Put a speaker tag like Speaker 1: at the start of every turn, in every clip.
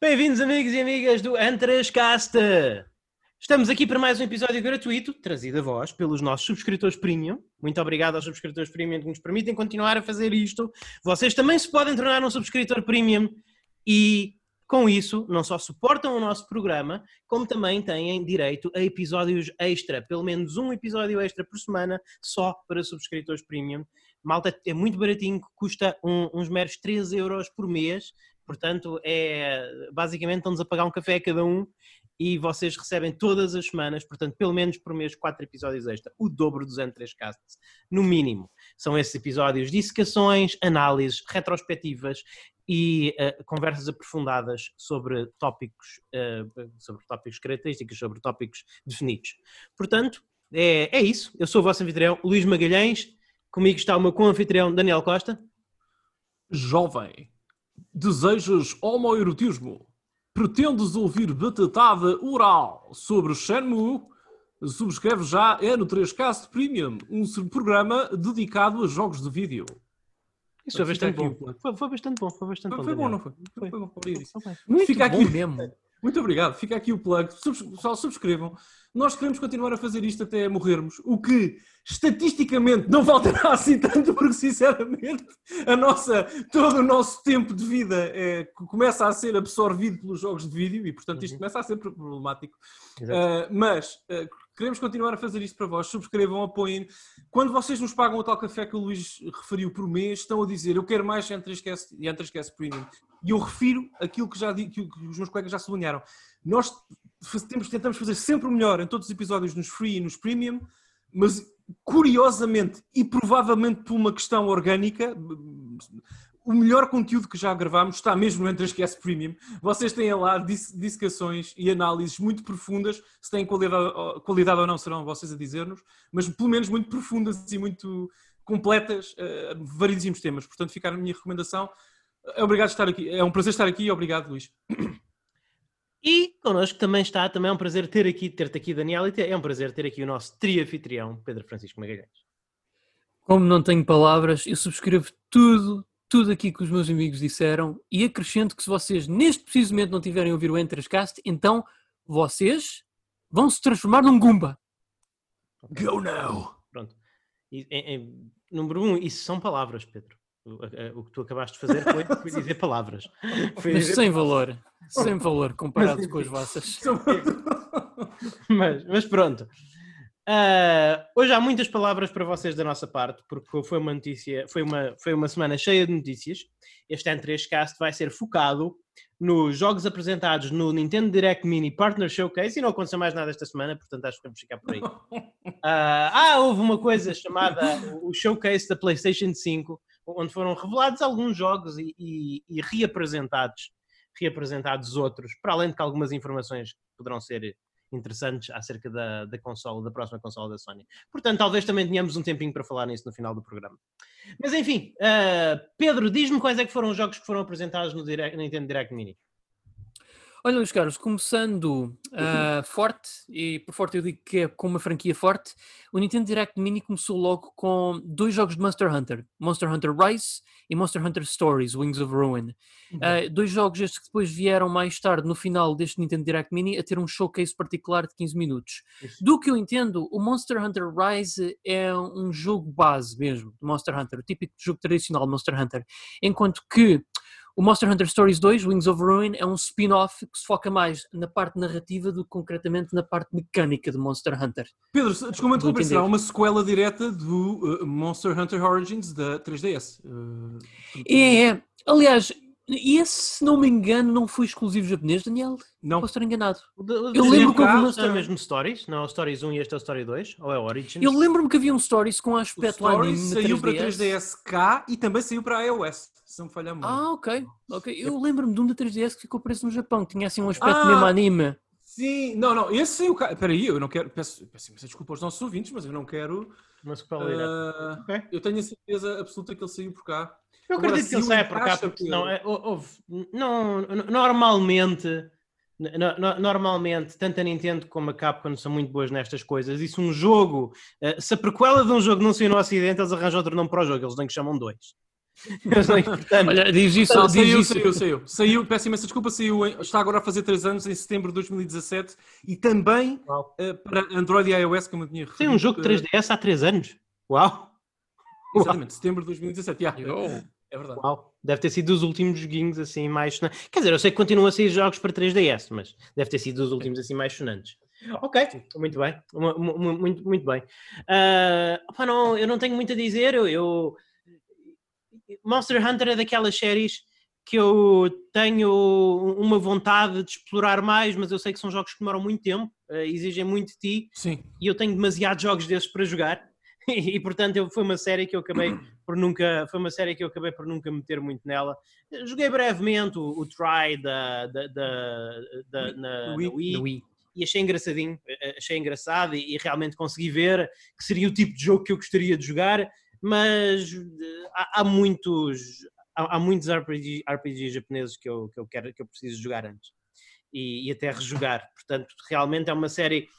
Speaker 1: Bem-vindos, amigos e amigas do Antrascast! Estamos aqui para mais um episódio gratuito, trazido a vós pelos nossos subscritores premium. Muito obrigado aos subscritores premium que nos permitem continuar a fazer isto. Vocês também se podem tornar um subscritor premium e, com isso, não só suportam o nosso programa, como também têm direito a episódios extra. Pelo menos um episódio extra por semana, só para subscritores premium. Malta, é muito baratinho, custa uns meros 3 euros por mês. Portanto, basicamente estão-nos a pagar um café a cada um e vocês recebem todas as semanas, portanto, pelo menos por mês, 4 episódios extra. O dobro dos N3Casts, no mínimo. São esses episódios de dissecações, análises, retrospectivas e conversas aprofundadas sobre tópicos característicos, sobre tópicos definidos. Portanto, é isso. Eu sou o vosso anfitrião, Luís Magalhães. Comigo está o meu co-anfitrião, Daniel Costa.
Speaker 2: Jovem. Desejas homoerotismo? Pretendes ouvir batatada oral sobre Shenmue? Subscreve já N3Cast Premium, um programa dedicado a jogos de vídeo.
Speaker 1: Isso foi bastante bom. Foi bastante bom.
Speaker 2: Foi bom, não foi? Foi bom.
Speaker 1: Muito
Speaker 2: Fica
Speaker 1: bom
Speaker 2: aqui
Speaker 1: mesmo.
Speaker 2: Muito obrigado. Fica aqui o plug. Pessoal, subscrevam. Nós queremos continuar a fazer isto até morrermos, o que estatisticamente não voltará assim tanto, porque sinceramente todo o nosso tempo de vida começa a ser absorvido pelos jogos de vídeo e portanto isto começa a ser problemático. Mas queremos continuar a fazer isto para vós. Subscrevam, apoiem. Quando vocês nos pagam o tal café que o Luís referiu por mês, estão a dizer eu quero mais N3Cast e N3Cast Premium. E eu refiro aquilo que os meus colegas já sublinharam. Nós tentamos fazer sempre o melhor em todos os episódios nos free e nos premium, mas curiosamente e provavelmente por uma questão orgânica, o melhor conteúdo que já gravámos está mesmo no N3Cast Premium. Vocês têm lá dissecações e análises muito profundas, se têm qualidade ou não serão vocês a dizer-nos, mas pelo menos muito profundas e muito completas, variedíssimos temas. Portanto, fica a minha recomendação. Obrigado por estar aqui. É um prazer estar aqui e obrigado, Luís.
Speaker 1: E connosco também é um prazer ter-te aqui, Daniel, e é um prazer ter aqui o nosso trio-anfitrião, Pedro Francisco Magalhães.
Speaker 3: Como não tenho palavras, eu subscrevo tudo aqui que os meus amigos disseram e acrescento que se vocês neste preciso momento não tiverem a ouvir o N3Cast, então vocês vão se transformar num Goomba.
Speaker 1: Okay. Go now! Pronto. Número 1, isso são palavras, Pedro. O que tu acabaste de fazer foi dizer palavras.
Speaker 3: Mas sem valor comparado com as vossas.
Speaker 1: Mas pronto. Hoje há muitas palavras para vocês da nossa parte, porque foi uma semana cheia de notícias. Este N3Cast vai ser focado nos jogos apresentados no Nintendo Direct Mini Partner Showcase e não aconteceu mais nada esta semana, portanto acho que vamos ficar por aí. Houve uma coisa chamada o Showcase da PlayStation 5, onde foram revelados alguns jogos e reapresentados outros, para além de que algumas informações poderão ser interessantes acerca da próxima consola da Sony. Portanto, talvez também tenhamos um tempinho para falar nisso no final do programa. Mas enfim, Pedro, diz-me quais é que foram os jogos que foram apresentados no Nintendo Direct Mini.
Speaker 3: Olha, meus caros, começando forte, e por forte eu digo que é com uma franquia forte, o Nintendo Direct Mini começou logo com 2 jogos de Monster Hunter Rise e Monster Hunter Stories, Wings of Ruin. 2 jogos estes que depois vieram mais tarde, no final deste Nintendo Direct Mini, a ter um showcase particular de 15 minutos. Isso. Do que eu entendo, o Monster Hunter Rise é um jogo base mesmo, de Monster Hunter, o típico jogo tradicional de Monster Hunter, enquanto que o Monster Hunter Stories 2, Wings of Ruin, é um spin-off que se foca mais na parte narrativa do que concretamente na parte mecânica de Monster Hunter.
Speaker 2: Pedro, desculpa interromper, será uma sequela direta do Monster Hunter Origins da 3DS?
Speaker 3: Aliás, esse, se não me engano, não foi exclusivo japonês, Daniel?
Speaker 2: Não.
Speaker 3: Posso estar enganado.
Speaker 1: Eu lembro que houve o mesmo Stories, não é o Stories 1 e este é o Story 2? Ou é o Origins?
Speaker 3: Eu lembro-me que havia um Stories com aspecto anime na 3DS.
Speaker 2: Saiu para 3DS-K e também saiu para iOS. Se não me falha muito.
Speaker 3: Ok. Eu lembro-me de um da 3DS que ficou preso no Japão, que tinha assim um aspecto mesmo anime.
Speaker 2: Sim, não, esse saiu cá. Espera aí, eu não quero. Peço desculpa aos nossos ouvintes, mas eu não quero.
Speaker 1: Mas qual é?
Speaker 2: Okay. Eu tenho a certeza absoluta que ele saiu por cá.
Speaker 1: Eu acredito que ele saia por cá, porque normalmente, tanto a Nintendo como a Capcom são muito boas nestas coisas. E se um jogo, se a prequela de um jogo não saiu no Ocidente, eles arranjam outro nome para o jogo, eles nem que chamam 2. Eles não importamos.
Speaker 3: Olha, diz isso.
Speaker 2: Saiu, peço imensa desculpa, está agora a fazer 3 anos, em setembro de 2017, e também para Android e iOS, como eu tinha referido.
Speaker 1: Tem um jogo de 3DS há 3 anos? Uau!
Speaker 2: Exatamente, setembro de 2017, é verdade.
Speaker 1: Uau, deve ter sido dos últimos joguinhos assim mais sonantes. Quer dizer, eu sei que continuam a sair jogos para 3DS, mas deve ter sido dos últimos assim mais sonantes. Ok, muito bem, muito bem. Não, eu não tenho muito a dizer. Monster Hunter é daquelas séries que eu tenho uma vontade de explorar mais, mas eu sei que são jogos que demoram muito tempo, exigem muito de ti.
Speaker 2: Sim.
Speaker 1: E eu tenho demasiados jogos desses para jogar. E portanto foi uma série que eu acabei por nunca meter muito nela. Joguei brevemente o Try na Wii e achei engraçadinho, achei engraçado e realmente consegui ver que seria o tipo de jogo que eu gostaria de jogar, mas há muitos RPG japoneses que eu preciso jogar antes e até rejogar. Portanto, realmente é uma série.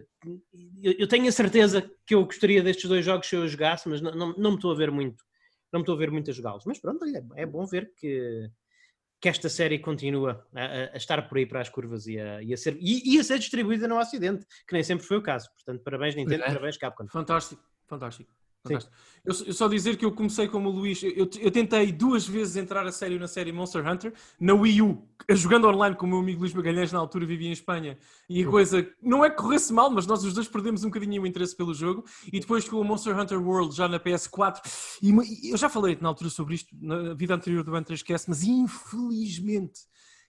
Speaker 1: Eu tenho a certeza que eu gostaria destes 2 jogos se eu jogasse, mas não me estou a ver muito. Não me estou a ver muito a jogá-los. Mas pronto, é bom ver que esta série continua a estar por aí para as curvas e a ser distribuída no Ocidente, que nem sempre foi o caso. Portanto, parabéns Nintendo, parabéns Capcom.
Speaker 2: Fantástico. Eu só dizer que eu comecei como o Luís, eu tentei 2 vezes entrar a sério na série Monster Hunter, na Wii U, jogando online com o meu amigo Luís Magalhães, na altura vivia em Espanha, e a coisa, não é que corresse mal, mas nós os dois perdemos um bocadinho o interesse pelo jogo, e depois com o Monster Hunter World já na PS4, e eu já falei na altura sobre isto, na vida anterior do N3Cast, mas infelizmente,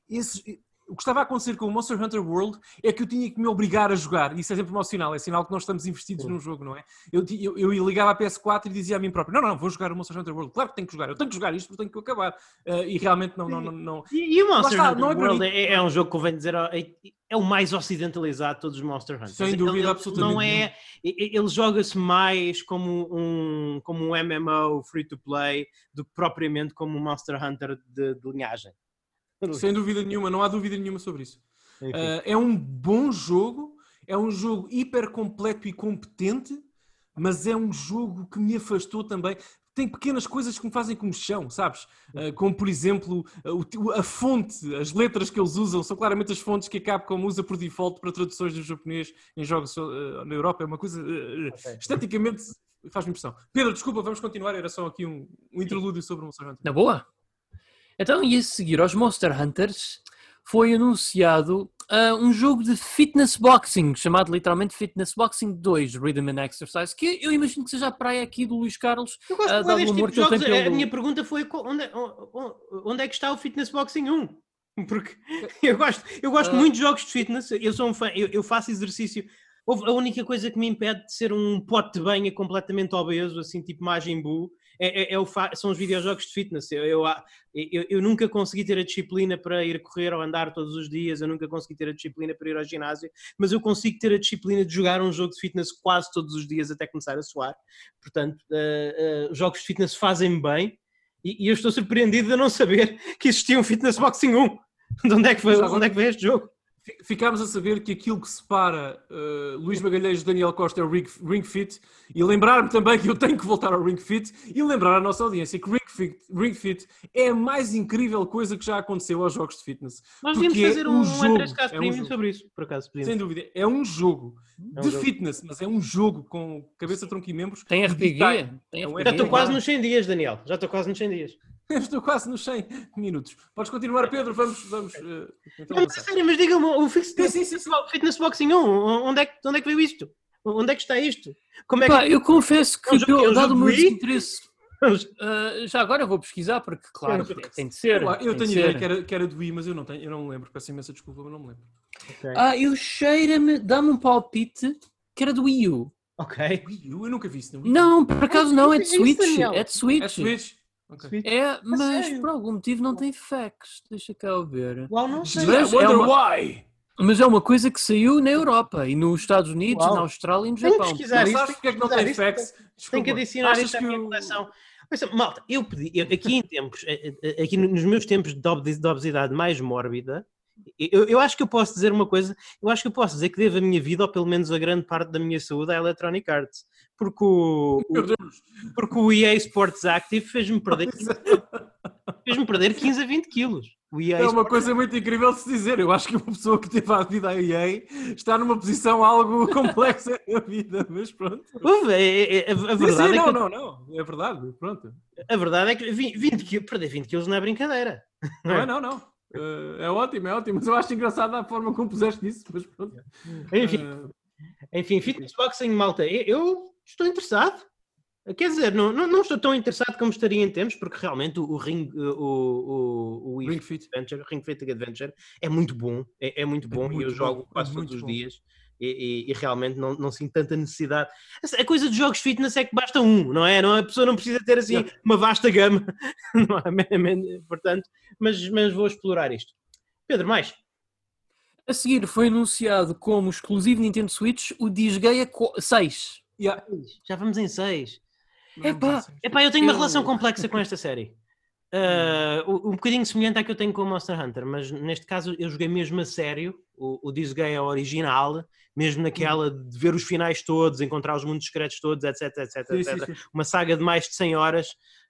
Speaker 2: o que estava a acontecer com o Monster Hunter World é que eu tinha que me obrigar a jogar. Isso é sempre mau sinal. É sinal que nós estamos investidos num jogo, não é? Eu ligava à PS4 e dizia a mim próprio, não, vou jogar o Monster Hunter World. Claro que tenho que jogar. Eu tenho que jogar isto, porque tenho que acabar. E realmente não...
Speaker 1: E o Monster Hunter World é um jogo que convém dizer... É o mais ocidentalizado de todos os Monster Hunters.
Speaker 2: Sem dúvida, absolutamente.
Speaker 1: Não é... Ele joga-se mais como um MMO free-to-play do que propriamente como um Monster Hunter de linhagem.
Speaker 2: Sem dúvida nenhuma, não há dúvida nenhuma sobre isso. É um bom jogo, é um jogo hiper completo e competente, mas é um jogo que me afastou também. Tem pequenas coisas que me fazem comichão, sabes? Como, por exemplo, a fonte, as letras que eles usam são claramente as fontes que a Capcom usa por default para traduções do japonês em jogos na Europa. É uma coisa... esteticamente faz-me impressão. Pedro, desculpa, vamos continuar. Era só aqui um interlúdio sobre o Monster Hunter.
Speaker 3: Na boa? Então, e a seguir aos Monster Hunters, foi anunciado um jogo de fitness boxing, chamado literalmente Fitness Boxing 2, Rhythm and Exercise, que eu imagino que seja a praia aqui do Luís Carlos.
Speaker 1: Eu gosto deste tipo de jogos. A minha pergunta foi onde é que está o Fitness Boxing 1? Porque eu gosto muito de jogos de fitness, eu sou um fã, eu faço exercício. A única coisa que me impede de ser um pote de banha completamente obeso, assim tipo Majin Buu, são os videojogos de fitness. Eu nunca consegui ter a disciplina para ir correr ou andar todos os dias, eu nunca consegui ter a disciplina para ir ao ginásio, mas eu consigo ter a disciplina de jogar um jogo de fitness quase todos os dias até começar a suar. Portanto, os jogos de fitness fazem bem e eu estou surpreendido de não saber que existia um Fitness Boxing 1. De onde é que veio este jogo?
Speaker 2: Ficámos a saber que aquilo que separa Luís Magalhães e Daniel Costa é o Ring Fit, e lembrar-me também que eu tenho que voltar ao Ring Fit e lembrar à nossa audiência que Ring Fit é a mais incrível coisa que já aconteceu aos jogos de fitness.
Speaker 1: Nós devíamos fazer um N3Cast Premium sobre isso, por acaso.
Speaker 2: Sem dúvida, é um jogo de fitness, mas é um jogo com cabeça, tronco e membros.
Speaker 3: Tem RPG?
Speaker 1: Já estou quase nos 100 dias, Daniel. Já estou quase nos 100 dias.
Speaker 2: Estou quase nos 100 minutos. Podes continuar, Pedro. Vamos então
Speaker 1: avançar. Sério, mas diga-me, o Fitness Boxing 1, onde é que veio isto? Onde é que está isto?
Speaker 3: Como é que... Eu confesso que, dado o meu desinteresse... já agora eu vou pesquisar, porque claro, tem de ser.
Speaker 2: Eu tenho ideia que era do Wii, mas eu não me lembro. Peço imensa desculpa, mas não me lembro.
Speaker 3: Okay. Eu cheira-me, dá-me um palpite que era do Wii U.
Speaker 1: Ok.
Speaker 2: Wii U? Eu nunca vi isso.
Speaker 3: Não, por acaso não, é de Switch. É de Switch.
Speaker 2: É de Switch.
Speaker 3: Okay. Mas por algum motivo não tem facts. Deixa cá eu ver.
Speaker 1: Well, não sei.
Speaker 3: Mas é uma coisa que saiu na Europa e nos Estados Unidos, na Austrália e no Japão.
Speaker 1: Tem que pesquisar isso.
Speaker 2: Sabes porque é que não tem facts?
Speaker 1: Tem que adicionar isto à minha coleção. Malta, eu pedi, aqui nos meus tempos de obesidade mais mórbida, eu acho que eu posso dizer uma coisa, eu acho que eu posso dizer que devo a minha vida, ou pelo menos a grande parte da minha saúde, à Electronic Arts, porque
Speaker 2: Meu Deus.
Speaker 1: porque o EA Sports Active fez-me perder 15 a 20 quilos. O EA
Speaker 2: É uma
Speaker 1: Sports
Speaker 2: coisa muito incrível de se dizer. Eu acho que uma pessoa que teve a vida a EA está numa posição algo complexa na vida, mas pronto.
Speaker 1: Uf, a verdade é que
Speaker 2: Não. É verdade, pronto.
Speaker 1: a verdade é que 20 quilos, perder 20 quilos não é brincadeira.
Speaker 2: Não. É ótimo, mas eu acho engraçado a forma como puseste isso, mas pronto.
Speaker 1: Enfim, fitness boxing, malta, eu estou interessado. Quer dizer, não estou tão interessado como estaria em tempos, porque realmente o Ring Fit Adventure, Ring Fit Adventure é muito bom, é muito bom e eu jogo quase todos os dias e realmente não sinto tanta necessidade. A coisa dos jogos fitness é que basta um, não é? A pessoa não precisa ter assim uma vasta gama, não é? Portanto, mas vou explorar isto. Pedro, mais?
Speaker 3: A seguir foi anunciado como exclusivo Nintendo Switch o Disgaea 6.
Speaker 1: Já vamos em 6.
Speaker 3: Epá,
Speaker 1: eu tenho uma relação complexa com esta série. Um bocadinho semelhante à que eu tenho com o Monster Hunter, mas neste caso eu joguei mesmo a sério o Disgaea original, mesmo naquela de ver os finais todos, encontrar os mundos secretos todos, etc.
Speaker 2: Sim.
Speaker 1: Uma saga de mais de 100 horas.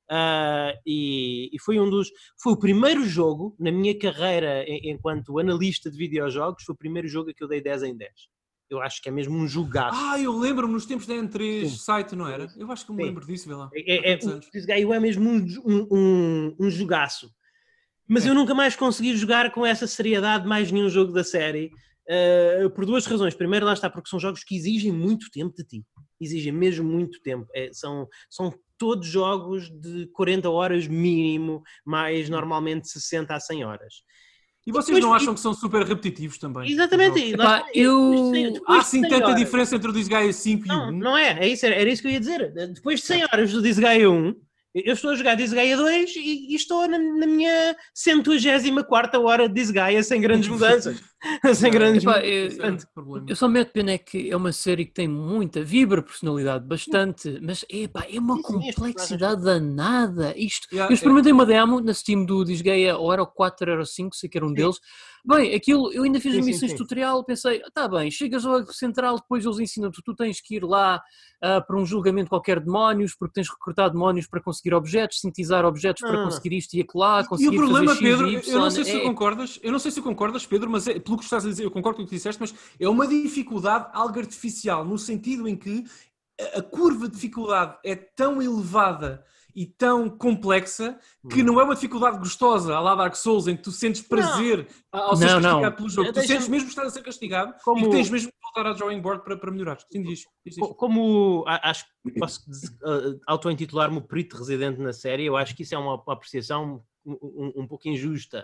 Speaker 1: E foi foi o primeiro jogo na minha carreira enquanto analista de videojogos, foi o primeiro jogo que eu dei 10 em 10. Eu acho que é mesmo um jogaço.
Speaker 2: Eu lembro-me nos tempos da N3 site, não era? Eu acho que me lembro disso, vê lá.
Speaker 1: O Disgaea é mesmo um jogaço. Mas eu nunca mais consegui jogar com essa seriedade mais nenhum jogo da série, por duas razões. Primeiro, lá está, porque são jogos que exigem muito tempo de ti. Exigem mesmo muito tempo. São todos jogos de 40 horas mínimo, mais normalmente 60 a 100 horas.
Speaker 2: E vocês não acham que são super repetitivos também?
Speaker 1: Exatamente.
Speaker 2: Há assim tanta diferença entre o Disgaea 5 e o 1?
Speaker 1: Não é. Era isso que eu ia dizer. Depois de 100 horas do Disgaea 1, eu estou a jogar Disgaea 2 e estou na minha 104ª hora de Disgaea sem grandes mudanças. Sem grandes mudanças.
Speaker 3: Eu só meto pena é que é uma série que tem muita vibra personalidade, bastante, mas é uma complexidade danada. Eu experimentei uma demo na Steam do Disgaea, ou era o 4, era o 5, sei que era um deles. Bem, aquilo, eu ainda fiz as missões de tutorial, pensei, bem, chegas ao central, depois eles ensinam-te, tu tens que ir lá para um julgamento qualquer de demónios, porque tens que recrutar demónios para conseguir objetos, sintetizar objetos para conseguir isto e aquilo lá, conseguir.
Speaker 2: E o problema,
Speaker 3: fazer
Speaker 2: Pedro,
Speaker 3: X, y,
Speaker 2: eu não sei se concordas, Pedro, mas pelo que estás a dizer, eu concordo com o que disseste, mas é uma dificuldade algo artificial, no sentido em que a curva de dificuldade é tão elevada e tão complexa que não é uma dificuldade gostosa à la Dark Souls, em que tu sentes prazer ao ser castigado pelo jogo. Tu sentes mesmo estar a ser castigado e que tens mesmo que voltar à drawing board para melhorar. Sim, diz.
Speaker 1: Como acho que posso auto-intitular-me o perito residente na série, eu acho que isso é uma apreciação um pouco injusta.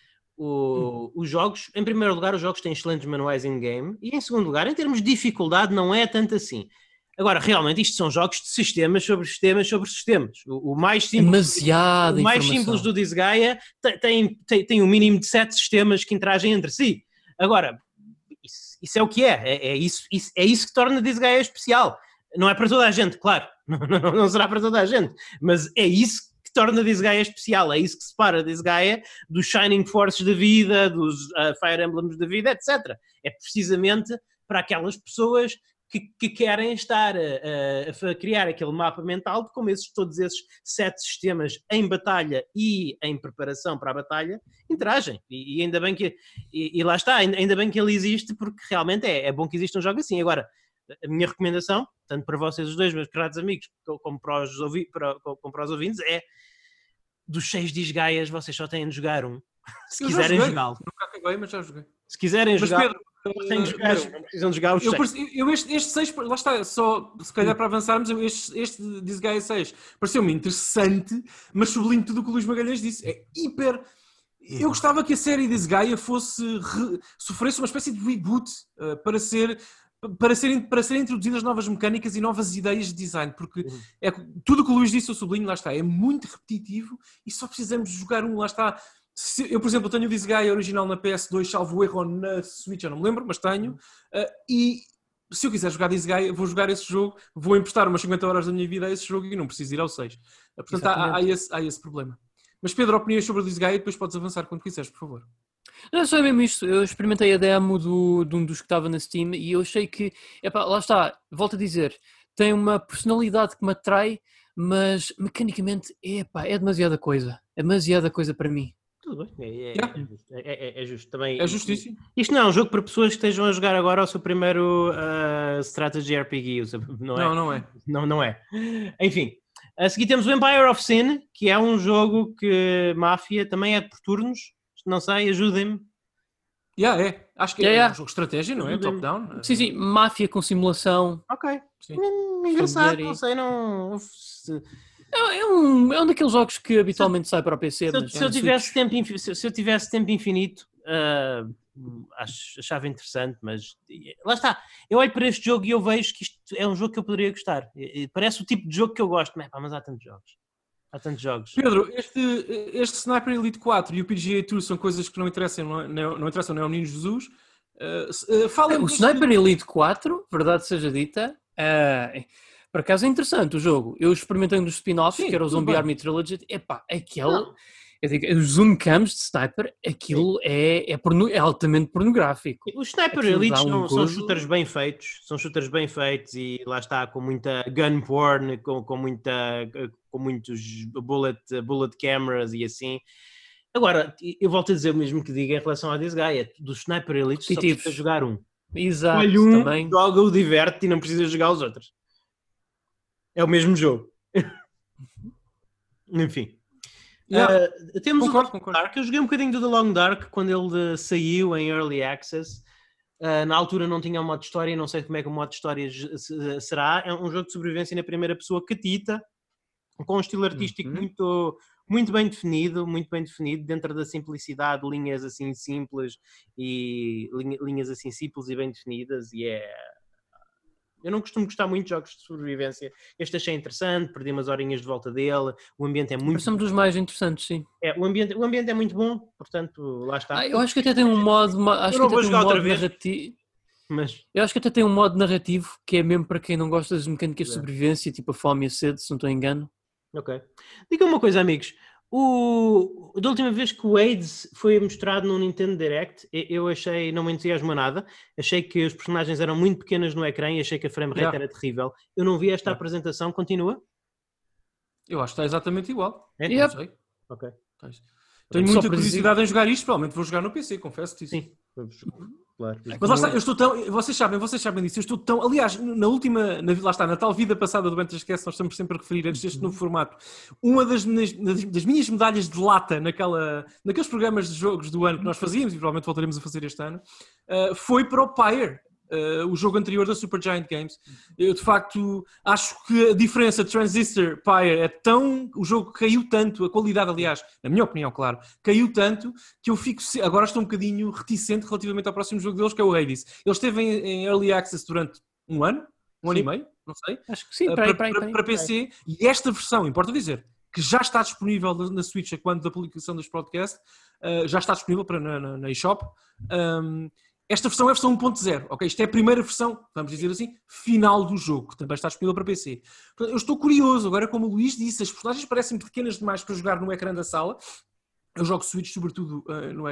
Speaker 1: Os jogos, em primeiro lugar, os jogos têm excelentes manuais in-game e em segundo lugar, em termos de dificuldade, não é tanto assim. Agora, realmente, isto são jogos de sistemas sobre sistemas sobre sistemas. O mais simples do Disgaea tem um mínimo de 7 sistemas que interagem entre si. Agora, isso é o que é isso que torna Disgaea especial. Não é para toda a gente, claro. Não será para toda a gente. Mas é isso que torna Disgaea especial. É isso que separa Disgaea dos Shining Forces da vida, dos Fire Emblems da vida, etc. É precisamente para aquelas pessoas que querem estar a criar aquele mapa mental de como todos esses 7 sistemas em batalha e em preparação para a batalha interagem. E ainda bem que... E lá está, ainda bem que ele existe, porque realmente é bom que exista um jogo assim. Agora, a minha recomendação, tanto para vocês os dois, meus queridos amigos, como para os ouvintes, é dos 6 Disgaeas, vocês só têm de jogar um. Se quiserem jogá-lo.
Speaker 2: Nunca acabei, mas já joguei.
Speaker 1: Se quiserem jogar... Têm de jogar, não precisam de jogar os 6.
Speaker 2: Este 6, lá está, só se calhar para avançarmos, este Disgaea 6 pareceu-me interessante, mas sublinho tudo o que o Luís Magalhães disse. É hiper... Eu gostava que a série Disgaea sofresse uma espécie de reboot para serem introduzidas novas mecânicas e novas ideias de design, porque tudo o que o Luís disse, eu sublinho, lá está, é muito repetitivo e só precisamos jogar um, lá está. Eu, por exemplo, tenho o Disgaea original na PS2, salvo erro, na Switch, eu não me lembro, mas tenho. E se eu quiser jogar Disgaea, vou jogar esse jogo, vou emprestar umas 50 horas da minha vida a esse jogo e não preciso ir ao 6. Portanto, há esse problema. Mas Pedro, opiniões sobre o Disgaea e depois podes avançar quando quiseres, por favor.
Speaker 3: Não é só mesmo isto, eu experimentei a demo de um dos que estava na Steam e eu achei que, lá está, volto a dizer, tem uma personalidade que me atrai, mas mecanicamente, é demasiada coisa. É demasiada coisa para mim.
Speaker 1: Tudo bem,
Speaker 2: Yeah.
Speaker 1: é justo também.
Speaker 2: É justíssimo.
Speaker 1: Isto não é um jogo para pessoas que estejam a jogar agora o seu primeiro strategy RPG, não é?
Speaker 2: Não é.
Speaker 1: Não é. Enfim, a seguir temos o Empire of Sin, que é um jogo que Máfia também é por turnos. Não sei, ajudem-me.
Speaker 2: É. Acho que é um jogo de estratégia, não é?
Speaker 1: Ajudem-me.
Speaker 2: Top-down.
Speaker 3: Sim, máfia com simulação.
Speaker 1: Ok.
Speaker 2: Sim.
Speaker 1: Engraçado,
Speaker 3: Familiar.
Speaker 1: não sei, não.
Speaker 3: É um daqueles jogos que habitualmente sai para o PC, mas
Speaker 1: Se eu
Speaker 3: na
Speaker 1: tivesse
Speaker 3: Switch-
Speaker 1: se eu tivesse tempo infinito, achava interessante, mas lá está. Eu olho para este jogo e eu vejo que isto é um jogo que eu poderia gostar. Parece o tipo de jogo que eu gosto, mas há tantos jogos. Há tantos jogos.
Speaker 2: Pedro, este Sniper Elite 4 e o PGA Tour são coisas que não interessam, não interessam nem ao Menino Jesus.
Speaker 3: O Sniper Elite 4, verdade seja dita, por acaso é interessante o jogo. Eu experimentei um dos spin-offs,
Speaker 2: Sim,
Speaker 3: que era o
Speaker 2: tudo
Speaker 3: Zombie
Speaker 2: bem.
Speaker 3: Army Trilogy. Eu digo, os zoom cams de Sniper, aquilo é altamente pornográfico.
Speaker 1: Os Sniper
Speaker 3: Aquilo
Speaker 1: Elite
Speaker 3: dá um
Speaker 1: são
Speaker 3: gozo.
Speaker 1: shooters bem feitos, são shooters bem feitos e lá está, com muita gun porn, com muitos bullet cameras e assim. Agora, eu volto a dizer o mesmo que digo em relação a Disgaea, dos Sniper Elite só
Speaker 3: Repetitivos.
Speaker 1: precisa jogar um.
Speaker 3: Exato,
Speaker 1: Escolhe um,
Speaker 3: também.
Speaker 1: joga-o, diverte e não precisa jogar os outros. É o mesmo jogo. Enfim. Temos
Speaker 2: Concordo.
Speaker 1: o Long Dark. Eu joguei um bocadinho do The Long Dark quando ele saiu em Early Access. Na altura não tinha um modo de história, não sei como é que o modo de história será. É um jogo de sobrevivência na primeira pessoa catita, com um estilo artístico muito bem definido, dentro da simplicidade, linhas assim simples e linhas assim simples e bem definidas, e eu não costumo gostar muito de jogos de sobrevivência. Este achei interessante, perdi umas horinhas de volta dele, o ambiente é muito...
Speaker 3: Parece-me dos mais interessantes, sim.
Speaker 1: o ambiente é muito bom, portanto, lá está.
Speaker 3: Eu acho que até tem um modo, narrativo.
Speaker 1: Mas...
Speaker 3: Eu acho que até tem um modo narrativo que é mesmo para quem não gosta das mecânicas de sobrevivência, tipo a fome e a sede, se não estou em engano.
Speaker 1: Ok. Diga uma coisa, amigos. Da última vez que o AIDS foi mostrado no Nintendo Direct, eu achei, não me entusiasmou nada, achei que os personagens eram muito pequenas no ecrã e achei que a frame rate era terrível. Eu não vi esta apresentação, continua?
Speaker 2: Eu acho que está exatamente igual.
Speaker 3: Não sei.
Speaker 1: Ok.
Speaker 2: Tenho muita curiosidade em jogar isto, provavelmente vou jogar no PC, confesso-te isso.
Speaker 1: Sim. Claro.
Speaker 2: Mas lá está, eu estou tão. Vocês sabem disso, eu estou tão. Aliás, lá está, na tal vida passada do Bentascast, nós estamos sempre a referir antes deste novo formato. Uma das minhas medalhas de lata naqueles programas de jogos do ano que nós fazíamos, e provavelmente voltaremos a fazer este ano, foi para o Pyre. O jogo anterior da Supergiant Games. Eu, de facto, acho que a diferença de Transistor Pyre é tão... O jogo caiu tanto, a qualidade, aliás, na minha opinião, claro, caiu tanto que eu fico... Agora estou um bocadinho reticente relativamente ao próximo jogo deles, que é o Hades. Ele esteve em Early Access durante um ano e meio, não sei.
Speaker 3: Acho que sim,
Speaker 2: para PC. E esta versão, importa dizer, que já está disponível na Switch a quando da publicação dos podcasts, já está disponível na eShop. Esta versão é a versão 1.0, ok? Isto é a primeira versão, vamos dizer assim, final do jogo, que também está disponível para PC. Portanto, eu estou curioso, agora como o Luís disse, as personagens parecem pequenas demais para jogar no ecrã da sala. Eu jogo Switch sobretudo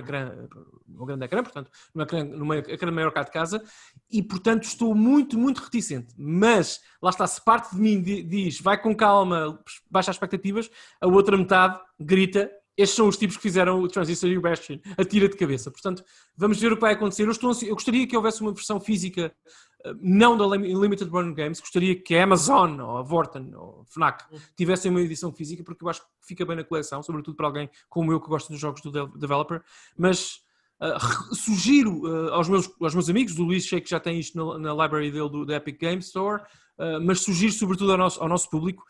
Speaker 2: no grande ecrã, portanto, numa ecrã maior cá de casa, e portanto estou muito, muito reticente. Mas, lá está, se parte de mim diz, vai com calma, baixa as expectativas, a outra metade grita, estes são os tipos que fizeram o Transistor e o Bastion, atira de cabeça. Portanto, vamos ver o que vai acontecer. Eu gostaria que houvesse uma versão física, não da Limited Run Games, gostaria que a Amazon, ou a Vorten, ou a Fnac, tivessem uma edição física, porque eu acho que fica bem na coleção, sobretudo para alguém como eu que gosta dos jogos do developer. Mas sugiro aos meus amigos, do Luís, sei que já tem isto na library dele da Epic Games Store, mas sugiro sobretudo ao nosso público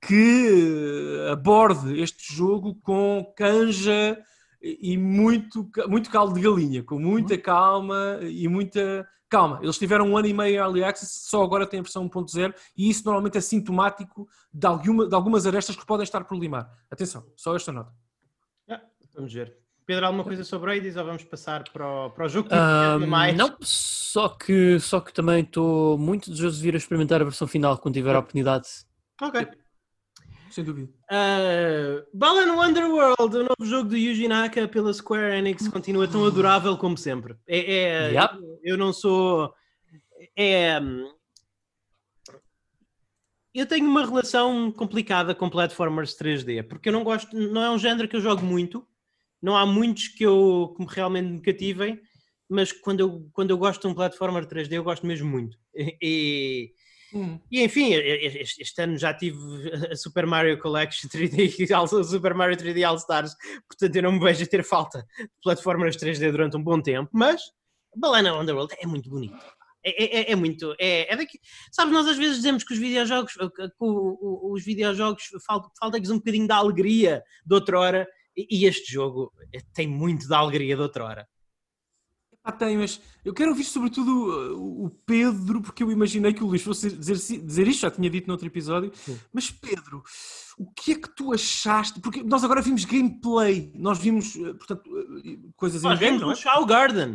Speaker 2: que aborde este jogo com canja e muito caldo de galinha, com muita calma e muita calma. Eles tiveram 1 ano e meio em Early Access, só agora tem a versão 1.0 e isso normalmente é sintomático de algumas arestas que podem estar por limar. Atenção, só esta nota.
Speaker 1: Vamos ver. Pedro, alguma coisa sobre Hades ou vamos passar para o jogo que mais?
Speaker 3: Não, só que também estou muito desejoso de vir a experimentar a versão final quando tiver a oportunidade.
Speaker 1: Ok.
Speaker 2: Sem dúvida.
Speaker 1: Balan Wonderworld, o novo jogo do Yuji Naka pela Square Enix, continua tão adorável como sempre. Eu não sou... Eu tenho uma relação complicada com platformers 3D, porque eu não gosto, não é um género que eu jogo muito, não há muitos que me realmente me cativem, mas quando eu gosto de um platformer 3D, eu gosto mesmo muito. E enfim, este ano já tive a Super Mario Collection 3D, a Super Mario 3D All Stars, portanto eu não me vejo a ter falta de platformers 3D durante um bom tempo, mas Banana Underworld é muito bonito. É muito. É daqui. Sabes, nós às vezes dizemos que os videojogos falta-lhes um bocadinho da alegria de outrora, e este jogo tem muito da alegria de outrora.
Speaker 2: Tem, mas eu quero ouvir sobretudo o Pedro, porque eu imaginei que o Luís fosse dizer isto, já tinha dito no outro episódio. Sim. Mas Pedro, o que é que tu achaste? Porque nós agora vimos gameplay, nós vimos, portanto, coisas
Speaker 1: em game, não é? Shao Garden.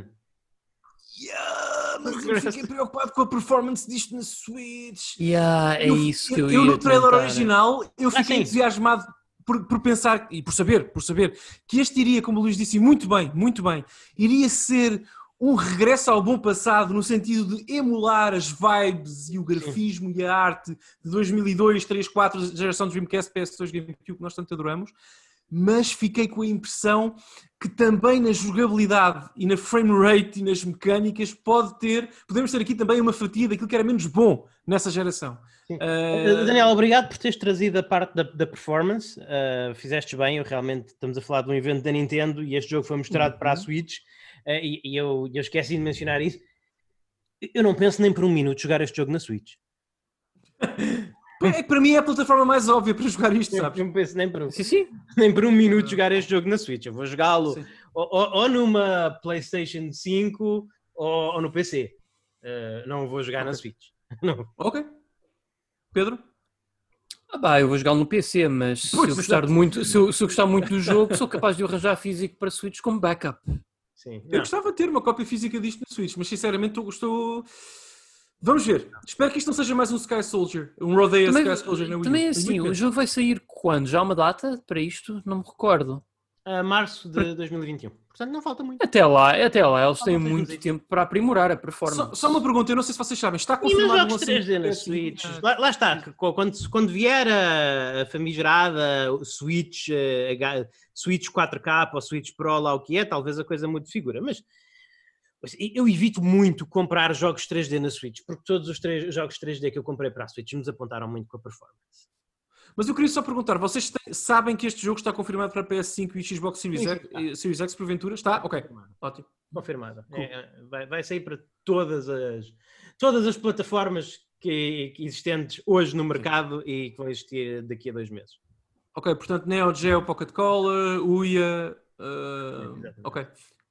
Speaker 2: Mas eu fiquei preocupado com a performance disto na Switch.
Speaker 3: É isso que
Speaker 2: eu no trailer original, eu fiquei entusiasmado por pensar e por saber que este iria, como o Luís disse, muito bem, iria ser um regresso ao bom passado no sentido de emular as vibes e o grafismo e a arte de 2002, 3, 4, geração de Dreamcast, PS2, GameCube, que nós tanto adoramos. Mas fiquei com a impressão que também na jogabilidade e na frame rate e nas mecânicas podemos ter aqui também uma fatia daquilo que era menos bom nessa geração.
Speaker 1: Daniel, obrigado por teres trazido a parte da performance. Fizeste bem, realmente estamos a falar de um evento da Nintendo e este jogo foi mostrado para a Switch, e eu esqueci de mencionar isso. Eu não penso nem por um minuto jogar este jogo na Switch.
Speaker 2: É que para mim é a plataforma mais óbvia para jogar isto, sabes?
Speaker 1: Eu não penso nem por um minuto jogar este jogo na Switch. Eu vou jogá-lo ou numa PlayStation 5 ou no PC. Não vou jogar na Switch. Não.
Speaker 2: Ok. Pedro?
Speaker 3: Eu vou jogá-lo no PC, mas se eu gostar muito do jogo, sou capaz de arranjar físico para Switch como backup.
Speaker 1: Sim.
Speaker 2: Eu gostava de ter uma cópia física disto na Switch, mas sinceramente estou... Vamos ver. Espero que isto não seja mais um Sky Soldier. Um Rodea Sky Soldier na Wii U.
Speaker 3: Também é assim, o jogo vai sair quando? Já há uma data para isto? Não me recordo.
Speaker 1: Março de 2021. Portanto, não falta muito.
Speaker 3: Até lá eles têm muito tempo para aprimorar a performance.
Speaker 2: Só uma pergunta, eu não sei se vocês sabem. Está confirmado
Speaker 1: jogos 3D na Switch. Lá está. Quando vier a famigerada Switch 4K ou Switch Pro, lá o que é, talvez a coisa mude de figura. Mas eu evito muito comprar jogos 3D na Switch, porque todos os jogos 3D que eu comprei para a Switch me desapontaram muito com a performance.
Speaker 2: Mas eu queria só perguntar, vocês sabem que este jogo está confirmado para PS5 e Xbox Series X porventura? Está? Ok, ótimo.
Speaker 1: Confirmado. Cool. Vai sair para todas as plataformas que existentes hoje no mercado e que vão existir daqui a 2 meses.
Speaker 2: Ok, portanto Neo Geo, Pocket Color, Ouya... ok.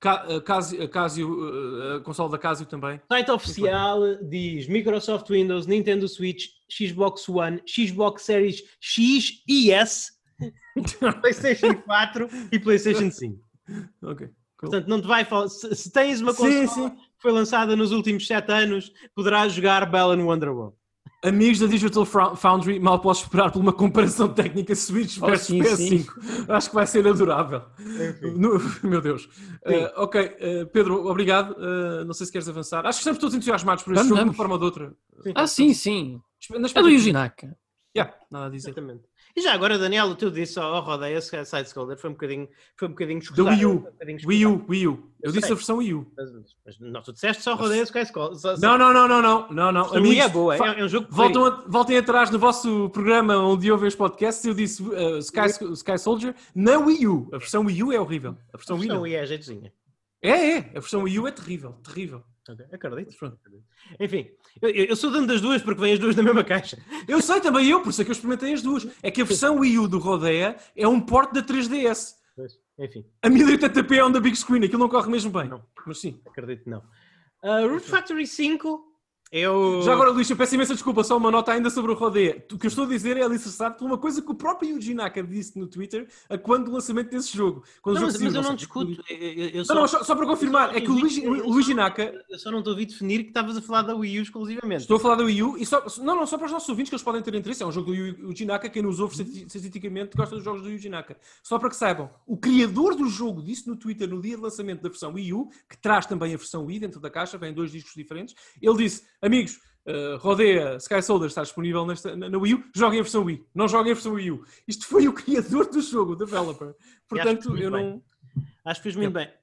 Speaker 2: A console da Casio também.
Speaker 1: O site oficial diz Microsoft Windows, Nintendo Switch, Xbox One, Xbox Series X e S, PlayStation 4 e PlayStation 5.
Speaker 2: Ok. Cool.
Speaker 1: Portanto, não te vai falar. Se tens uma console que foi lançada nos últimos 7 anos, poderás jogar Balan Wonderworld.
Speaker 2: Amigos da Digital Foundry, mal posso esperar por uma comparação técnica Switch versus PS5. Acho que vai ser adorável. Meu Deus. Ok, Pedro, obrigado. Não sei se queres avançar. Acho que estamos todos entusiasmados por este jogo de uma forma ou de outra.
Speaker 3: Sim. É do Yuji Naka.
Speaker 2: Nada a dizer.
Speaker 1: Exatamente. E já agora, Daniel, tu disse rodeia Side-Scroller, foi um bocadinho
Speaker 2: da Wii U. Eu disse a versão Wii U.
Speaker 1: Mas não, tu disseste só rodeia Side-Scroller.
Speaker 2: Não.
Speaker 1: Amigos, é boa, é um jogo que
Speaker 2: voltem atrás no vosso programa onde ouvem os podcasts. Eu disse Sky Soldier na Wii U. A versão Wii U é horrível. A versão
Speaker 1: Wii é jeitozinha.
Speaker 2: A versão Wii U é terrível.
Speaker 1: Okay, acredito. Enfim, eu sou dando das duas porque vêm as duas na mesma caixa.
Speaker 2: Eu sei também por isso é que eu experimentei as duas. É que a versão Wii U do Rodeia é um port da 3DS.
Speaker 1: Enfim.
Speaker 2: A 1080p é on the big screen, aquilo não corre mesmo bem.
Speaker 1: Não.
Speaker 2: Mas sim.
Speaker 1: Acredito que não. Root Factory 5...
Speaker 2: Já agora, Luís, eu peço imensa desculpa, só uma nota ainda sobre o Rodeia. O que eu estou a dizer é alicerçado por uma coisa que o próprio Yuji Naka disse no Twitter quando o lançamento desse jogo.
Speaker 1: Mas eu não discuto.
Speaker 2: Só para confirmar, é que o Yuji Naka...
Speaker 1: Eu só não estou a ouvir definir que estavas a falar da Wii U exclusivamente.
Speaker 2: Estou a falar da Wii U e só para os nossos ouvintes que eles podem ter interesse. É um jogo do Yuji Naka, quem nos ouve estatisticamente gosta dos jogos do Yuji Naka. Só para que saibam, o criador do jogo disse no Twitter no dia de lançamento da versão Wii U, que traz também a versão Wii dentro da caixa, vem 2 discos diferentes, ele disse, amigos, rodeia Sky Soldier, está disponível na Wii U, joguem a versão Wii, não joguem a versão Wii U. Isto foi o criador do jogo, o developer. Portanto, eu não...
Speaker 1: Acho que fez muito bem.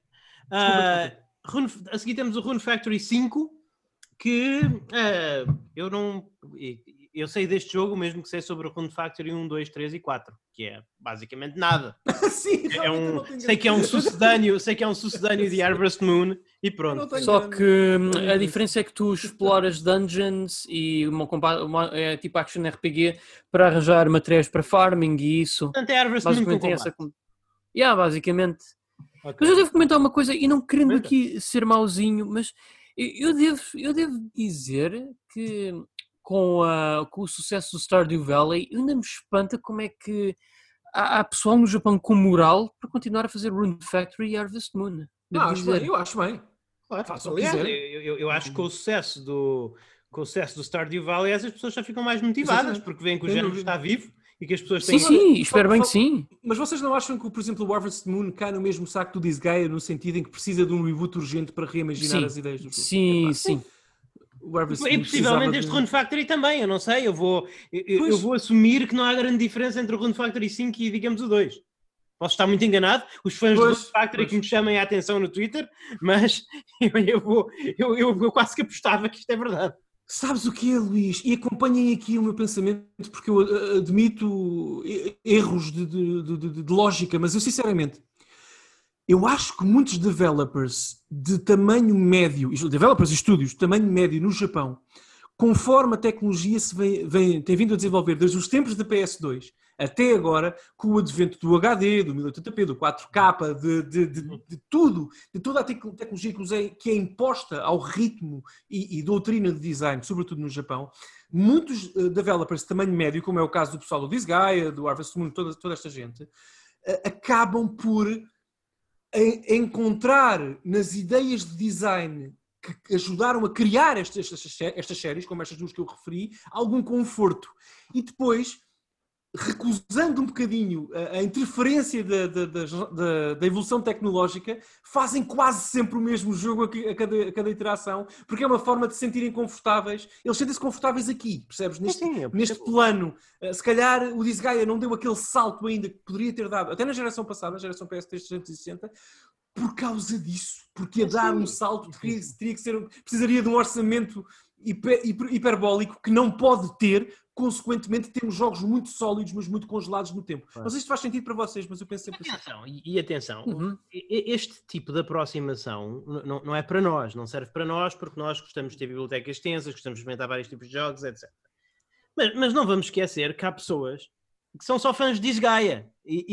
Speaker 1: A seguir temos o Rune Factory 5, que eu não... Eu sei deste jogo, mesmo que sei sobre o Rune Factory 1, 2, 3 e 4, que é basicamente nada.
Speaker 2: Sim,
Speaker 1: sei que é um sucedâneo de Harvest Moon e pronto.
Speaker 3: Só que a diferença é que tu exploras dungeons e é tipo action RPG para arranjar materiais para farming e isso.
Speaker 1: Portanto, é Harvest Moon com combate.
Speaker 3: Basicamente. Okay. Mas eu devo comentar uma coisa, e não querendo aqui ser mauzinho, mas eu devo dizer que com o sucesso do Stardew Valley, ainda me espanta como é que há pessoal no Japão com moral para continuar a fazer Rune Factory e Harvest Moon.
Speaker 2: Eu acho bem.
Speaker 1: Aliás, eu acho que com o sucesso do Stardew Valley, essas pessoas já ficam mais motivadas, porque veem que o género está vivo e que as pessoas têm...
Speaker 3: Sim, espero bem que sim.
Speaker 2: Mas vocês não acham que, por exemplo, o Harvest Moon cai no mesmo saco do Disgaea, no sentido em que precisa de um reboot urgente para reimaginar as ideias do jogo?
Speaker 3: Sim.
Speaker 1: E possivelmente este Rune Factory também, eu não sei, eu vou assumir que não há grande diferença entre o Rune Factory 5 e, digamos, o 2. Posso estar muito enganado, os fãs do Rune Factory que me chamem a atenção no Twitter, mas eu quase que apostava que isto é verdade.
Speaker 2: Sabes o que é, Luís? E acompanhem aqui o meu pensamento, porque eu admito erros de lógica, mas eu sinceramente... Eu acho que muitos developers de tamanho médio, developers e estúdios de tamanho médio no Japão, conforme a tecnologia tem vindo a desenvolver desde os tempos da PS2 até agora, com o advento do HD, do 1080p, do 4K, de tudo, de toda a tecnologia que é imposta ao ritmo e doutrina de design, sobretudo no Japão, muitos developers de tamanho médio, como é o caso do pessoal do Disgaea, do Harvest Moon, toda esta gente, acabam por encontrar nas ideias de design que ajudaram a criar estas séries, como estas duas que eu referi, algum conforto. E depois, recusando um bocadinho a interferência da evolução tecnológica, fazem quase sempre o mesmo jogo a cada iteração, porque é uma forma de se sentirem confortáveis. Eles sentem-se confortáveis aqui, percebes? Neste plano. Se calhar o Disgaea não deu aquele salto ainda que poderia ter dado, até na geração passada, na geração PS3 360, por causa disso. Porque ia dar um salto, precisaria de um orçamento hiperbólico que não pode ter. Consequentemente, temos jogos muito sólidos, mas muito congelados no tempo. Não sei se isto faz sentido para vocês, mas eu penso sempre assim.
Speaker 1: Atenção, este tipo de aproximação não é para nós, não serve para nós, porque nós gostamos de ter bibliotecas extensas, gostamos de experimentar vários tipos de jogos, etc. Mas não vamos esquecer que há pessoas que são só fãs de Disgaea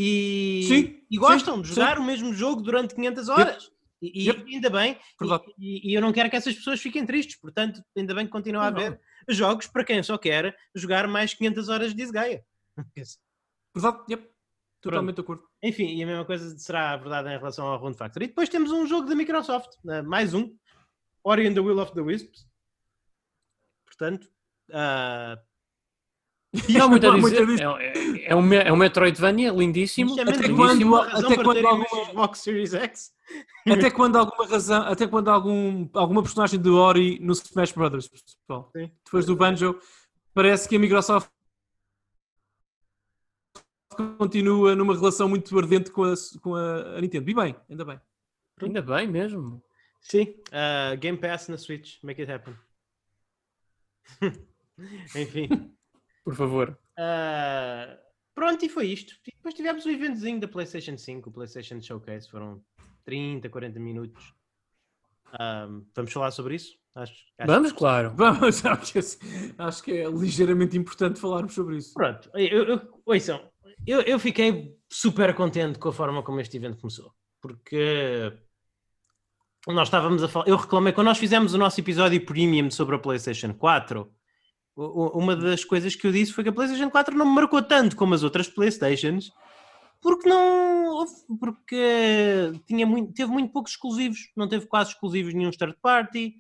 Speaker 1: e gostam de jogar o mesmo jogo durante 500 horas. E ainda bem, e eu não quero que essas pessoas fiquem tristes, portanto, ainda bem que continua a haver jogos para quem só quer jogar mais 500 horas de Disgaea.
Speaker 2: Verdade, totalmente de acordo.
Speaker 1: Enfim, e a mesma coisa será a verdade em relação ao Rune Factory. E depois temos um jogo da Microsoft, mais um, Ori and the Will of the Wisps. Portanto,
Speaker 3: não, muito a dizer. É um Metroidvania lindíssimo.
Speaker 2: Até quando alguma
Speaker 1: Xbox Series X.
Speaker 2: Até quando alguma personagem de Ori no Smash Brothers, pessoal. Sim. Depois do Banjo, parece que a Microsoft continua numa relação muito ardente com a Nintendo. E bem, ainda bem.
Speaker 3: Ainda bem mesmo.
Speaker 1: Sim, Game Pass na Switch, make it happen. Enfim.
Speaker 3: Por favor.
Speaker 1: Pronto, e foi isto. E depois tivemos o eventozinho da PlayStation 5, o PlayStation Showcase, foram 30, 40 minutos. Vamos falar sobre isso?
Speaker 3: Vamos, claro.
Speaker 2: Vamos, acho que é ligeiramente importante falarmos sobre isso.
Speaker 1: Pronto, eu fiquei super contente com a forma como este evento começou. Porque nós estávamos a falar... Eu reclamei, quando nós fizemos o nosso episódio premium sobre a PlayStation 4... Uma das coisas que eu disse foi que a PlayStation 4 não me marcou tanto como as outras PlayStations porque teve muito poucos exclusivos, não teve quase exclusivos nenhum third party,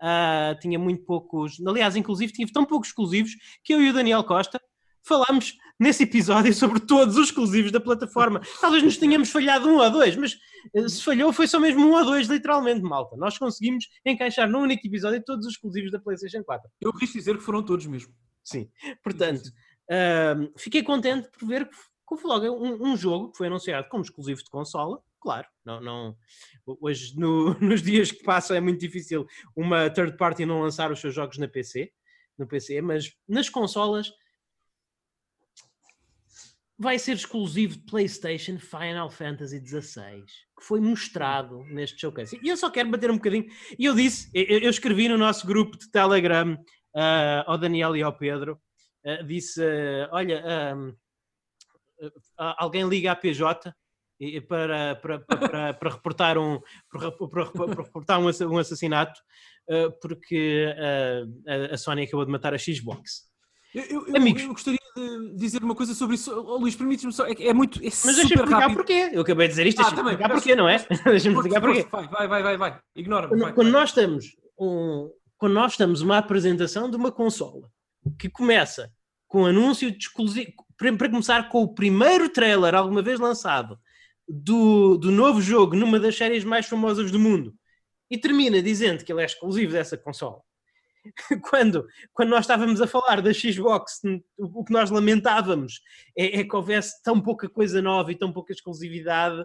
Speaker 1: tinha muito poucos, aliás, inclusive tive tão poucos exclusivos que eu e o Daniel Costa falámos nesse episódio sobre todos os exclusivos da plataforma. Talvez nos tenhamos falhado 1 ou 2, mas se falhou foi só mesmo 1 ou 2, literalmente, malta. Nós conseguimos encaixar num único episódio todos os exclusivos da PlayStation 4.
Speaker 2: Eu quis dizer que foram todos mesmo.
Speaker 1: Sim, portanto, fiquei contente por ver que houve logo um jogo que foi anunciado como exclusivo de consola. Claro, não, hoje nos dias que passam é muito difícil uma third party não lançar os seus jogos no PC, mas nas consolas vai ser exclusivo de PlayStation Final Fantasy XVI, que foi mostrado neste showcase. E eu só quero bater um bocadinho. E eu disse, eu escrevi no nosso grupo de Telegram ao Daniel e ao Pedro, disse, olha, alguém liga à PJ para reportar um assassinato, porque a Sony acabou de matar a Xbox.
Speaker 2: Eu gostaria de dizer uma coisa sobre isso. Oh, Luís, permite-me só.
Speaker 1: Mas
Speaker 2: super
Speaker 1: deixa-me explicar
Speaker 2: rápido.
Speaker 1: porquê. Eu acabei de dizer isto, deixa-me explicar porquê, não é? Deixa-me explicar porquê.
Speaker 2: Vai. Ignora-me.
Speaker 1: Quando nós estamos uma apresentação de uma consola que começa com anúncio de exclusivo, para começar com o primeiro trailer alguma vez lançado do novo jogo numa das séries mais famosas do mundo e termina dizendo que ele é exclusivo dessa consola. Quando nós estávamos a falar da Xbox, o que nós lamentávamos é que houvesse tão pouca coisa nova e tão pouca exclusividade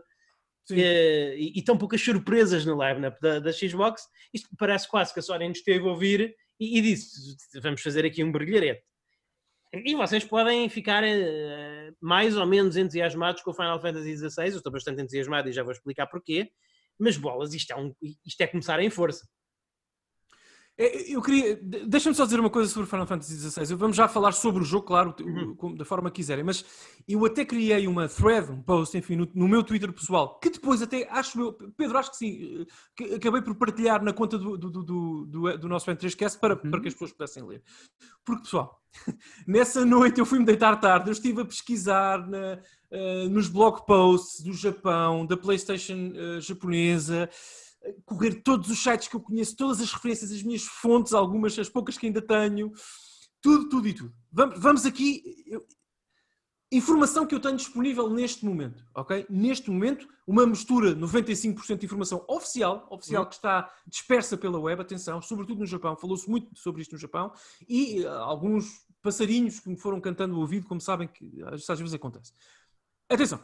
Speaker 1: e tão poucas surpresas no line-up da Xbox. Isto parece quase que a Sony nos esteve a ouvir e disse, vamos fazer aqui um brilharete. E vocês podem ficar mais ou menos entusiasmados com o Final Fantasy XVI. Eu estou bastante entusiasmado e já vou explicar porquê. Mas bolas, isto é começar em força.
Speaker 2: Eu queria... Deixa-me só dizer uma coisa sobre Final Fantasy XVI. Vamos já falar sobre o jogo, claro, da forma que quiserem. Mas eu até criei uma thread, um post, enfim, no meu Twitter pessoal, que depois até, Pedro, acho que sim, que acabei por partilhar na conta do nosso N3Cast para que as pessoas pudessem ler. Porque, pessoal, nessa noite eu fui-me deitar tarde, eu estive a pesquisar nos blog posts do Japão, da PlayStation japonesa, correr todos os sites que eu conheço, todas as referências, as minhas fontes, algumas, as poucas que ainda tenho, tudo. Vamos aqui, informação que eu tenho disponível neste momento, ok? Neste momento, uma mistura, 95% de informação oficial que está dispersa pela web, atenção, sobretudo no Japão, falou-se muito sobre isto no Japão, e alguns passarinhos que me foram cantando o ouvido, como sabem que às vezes acontece. Atenção,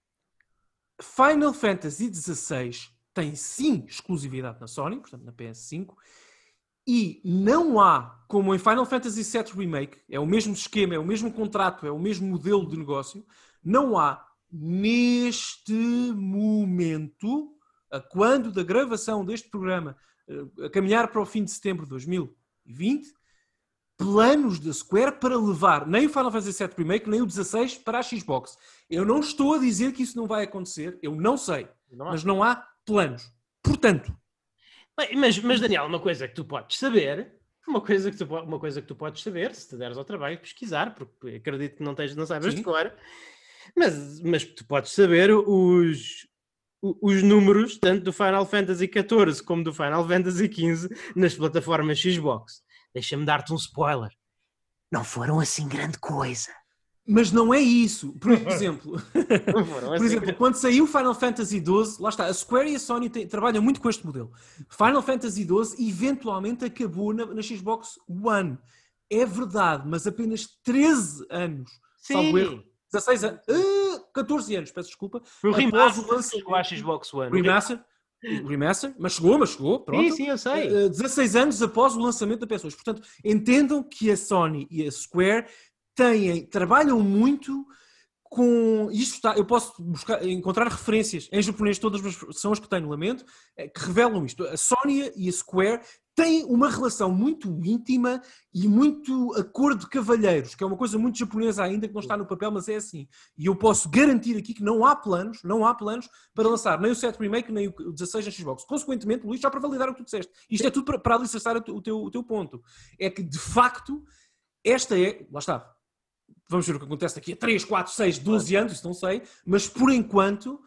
Speaker 2: Final Fantasy XVI tem sim exclusividade na Sony, portanto na PS5, e não há, como em Final Fantasy VII Remake, é o mesmo esquema, é o mesmo contrato, é o mesmo modelo de negócio, não há neste momento, a quando da gravação deste programa, a caminhar para o fim de setembro de 2020, planos da Square para levar nem o Final Fantasy VII Remake, nem o 16 para a Xbox. Eu não estou a dizer que isso não vai acontecer, eu não sei, mas não há planos. Portanto...
Speaker 1: Mas Daniel, uma coisa que tu podes saber, se te deres ao trabalho de pesquisar, porque acredito que não saibas de cor, mas tu podes saber os números, tanto do Final Fantasy XIV como do Final Fantasy XV, nas plataformas Xbox. Deixa-me dar-te um spoiler. Não foram assim grande coisa.
Speaker 2: Mas não é isso. Por exemplo, quando saiu Final Fantasy XII, lá está, a Square e a Sony trabalham muito com este modelo. Final Fantasy XII eventualmente acabou na Xbox One. É verdade, mas apenas 13 anos. Salvo erro. 16 anos. 14 anos, peço desculpa.
Speaker 1: Foi o remaster chegou à Xbox One.
Speaker 2: Remaster, mas chegou, pronto.
Speaker 1: Sim, eu sei.
Speaker 2: 16 anos após o lançamento da PS2. Portanto, entendam que a Sony e a Square trabalham muito com isto. Eu posso encontrar referências em japonês, todas são as que tenho, lamento, que revelam isto. A Sony e a Square têm uma relação muito íntima e muito acordo de cavalheiros, que é uma coisa muito japonesa ainda, que não está no papel, mas é assim. E eu posso garantir aqui que não há planos para lançar nem o 7 Remake, nem o 16 na Xbox. Consequentemente, Luís, já para validar o que tu disseste, isto é tudo para alicerçar o teu ponto. É que, de facto, lá está. Vamos ver o que acontece daqui a 3, 4, 6, 12 anos, isso não sei, mas por enquanto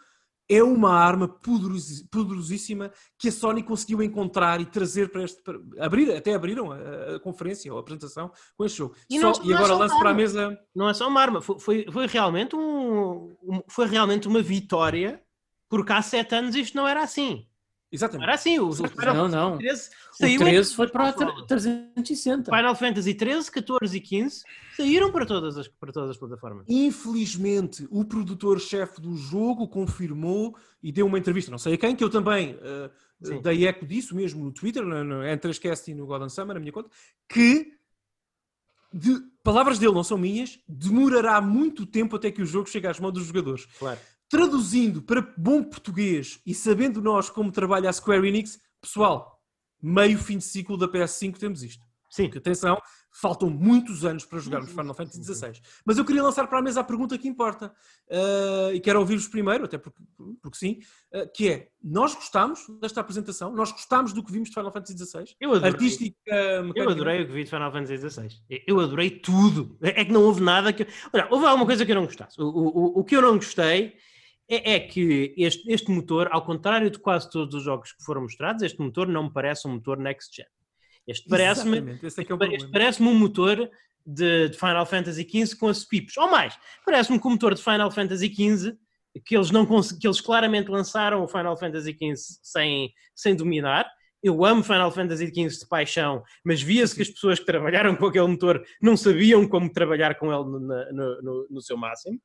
Speaker 2: é uma arma poderosíssima que a Sony conseguiu encontrar e trazer para este... Até abriram a conferência ou a apresentação com este jogo.
Speaker 1: E
Speaker 2: agora lanço para a mesa...
Speaker 1: Não é só uma arma, foi realmente foi realmente uma vitória, porque há 7 anos isto não era assim.
Speaker 2: Exatamente.
Speaker 1: Era assim, o
Speaker 3: Não.
Speaker 1: 13
Speaker 3: saiu. O 13 foi para 360.
Speaker 1: Final Fantasy 13, 14 e 15 saíram para todas as plataformas.
Speaker 2: Infelizmente, o produtor-chefe do jogo confirmou e deu uma entrevista, não sei a quem, que eu também dei eco disso mesmo no Twitter, no N3Cast e no God and Summer, na minha conta, que, palavras dele não são minhas, demorará muito tempo até que o jogo chegue às mãos dos jogadores.
Speaker 1: Claro.
Speaker 2: Traduzindo para bom português e sabendo nós como trabalha a Square Enix, pessoal, meio fim de ciclo da PS5 temos isto.
Speaker 1: Sim.
Speaker 2: Porque, atenção, faltam muitos anos para jogarmos Final Fantasy XVI. Mas eu queria lançar para a mesa a pergunta que importa. E quero ouvir-vos primeiro, até porque sim, que é, nós gostámos desta apresentação? Nós gostámos do que vimos de Final Fantasy XVI?
Speaker 1: Eu adorei.
Speaker 2: Artística,
Speaker 1: eu adorei o que vi de Final Fantasy XVI. Eu adorei tudo. É que não houve nada que... Olha, houve alguma coisa que eu não gostasse. O que eu não gostei é que este motor, ao contrário de quase todos os jogos que foram mostrados, este motor não me parece um motor next gen. Este parece-me um motor de Final Fantasy XV com as pips. Ou mais, parece-me que o motor de Final Fantasy XV, que eles claramente lançaram o Final Fantasy XV sem dominar. Eu amo Final Fantasy XV de paixão, mas via-se que as pessoas que trabalharam com aquele motor não sabiam como trabalhar com ele no seu máximo.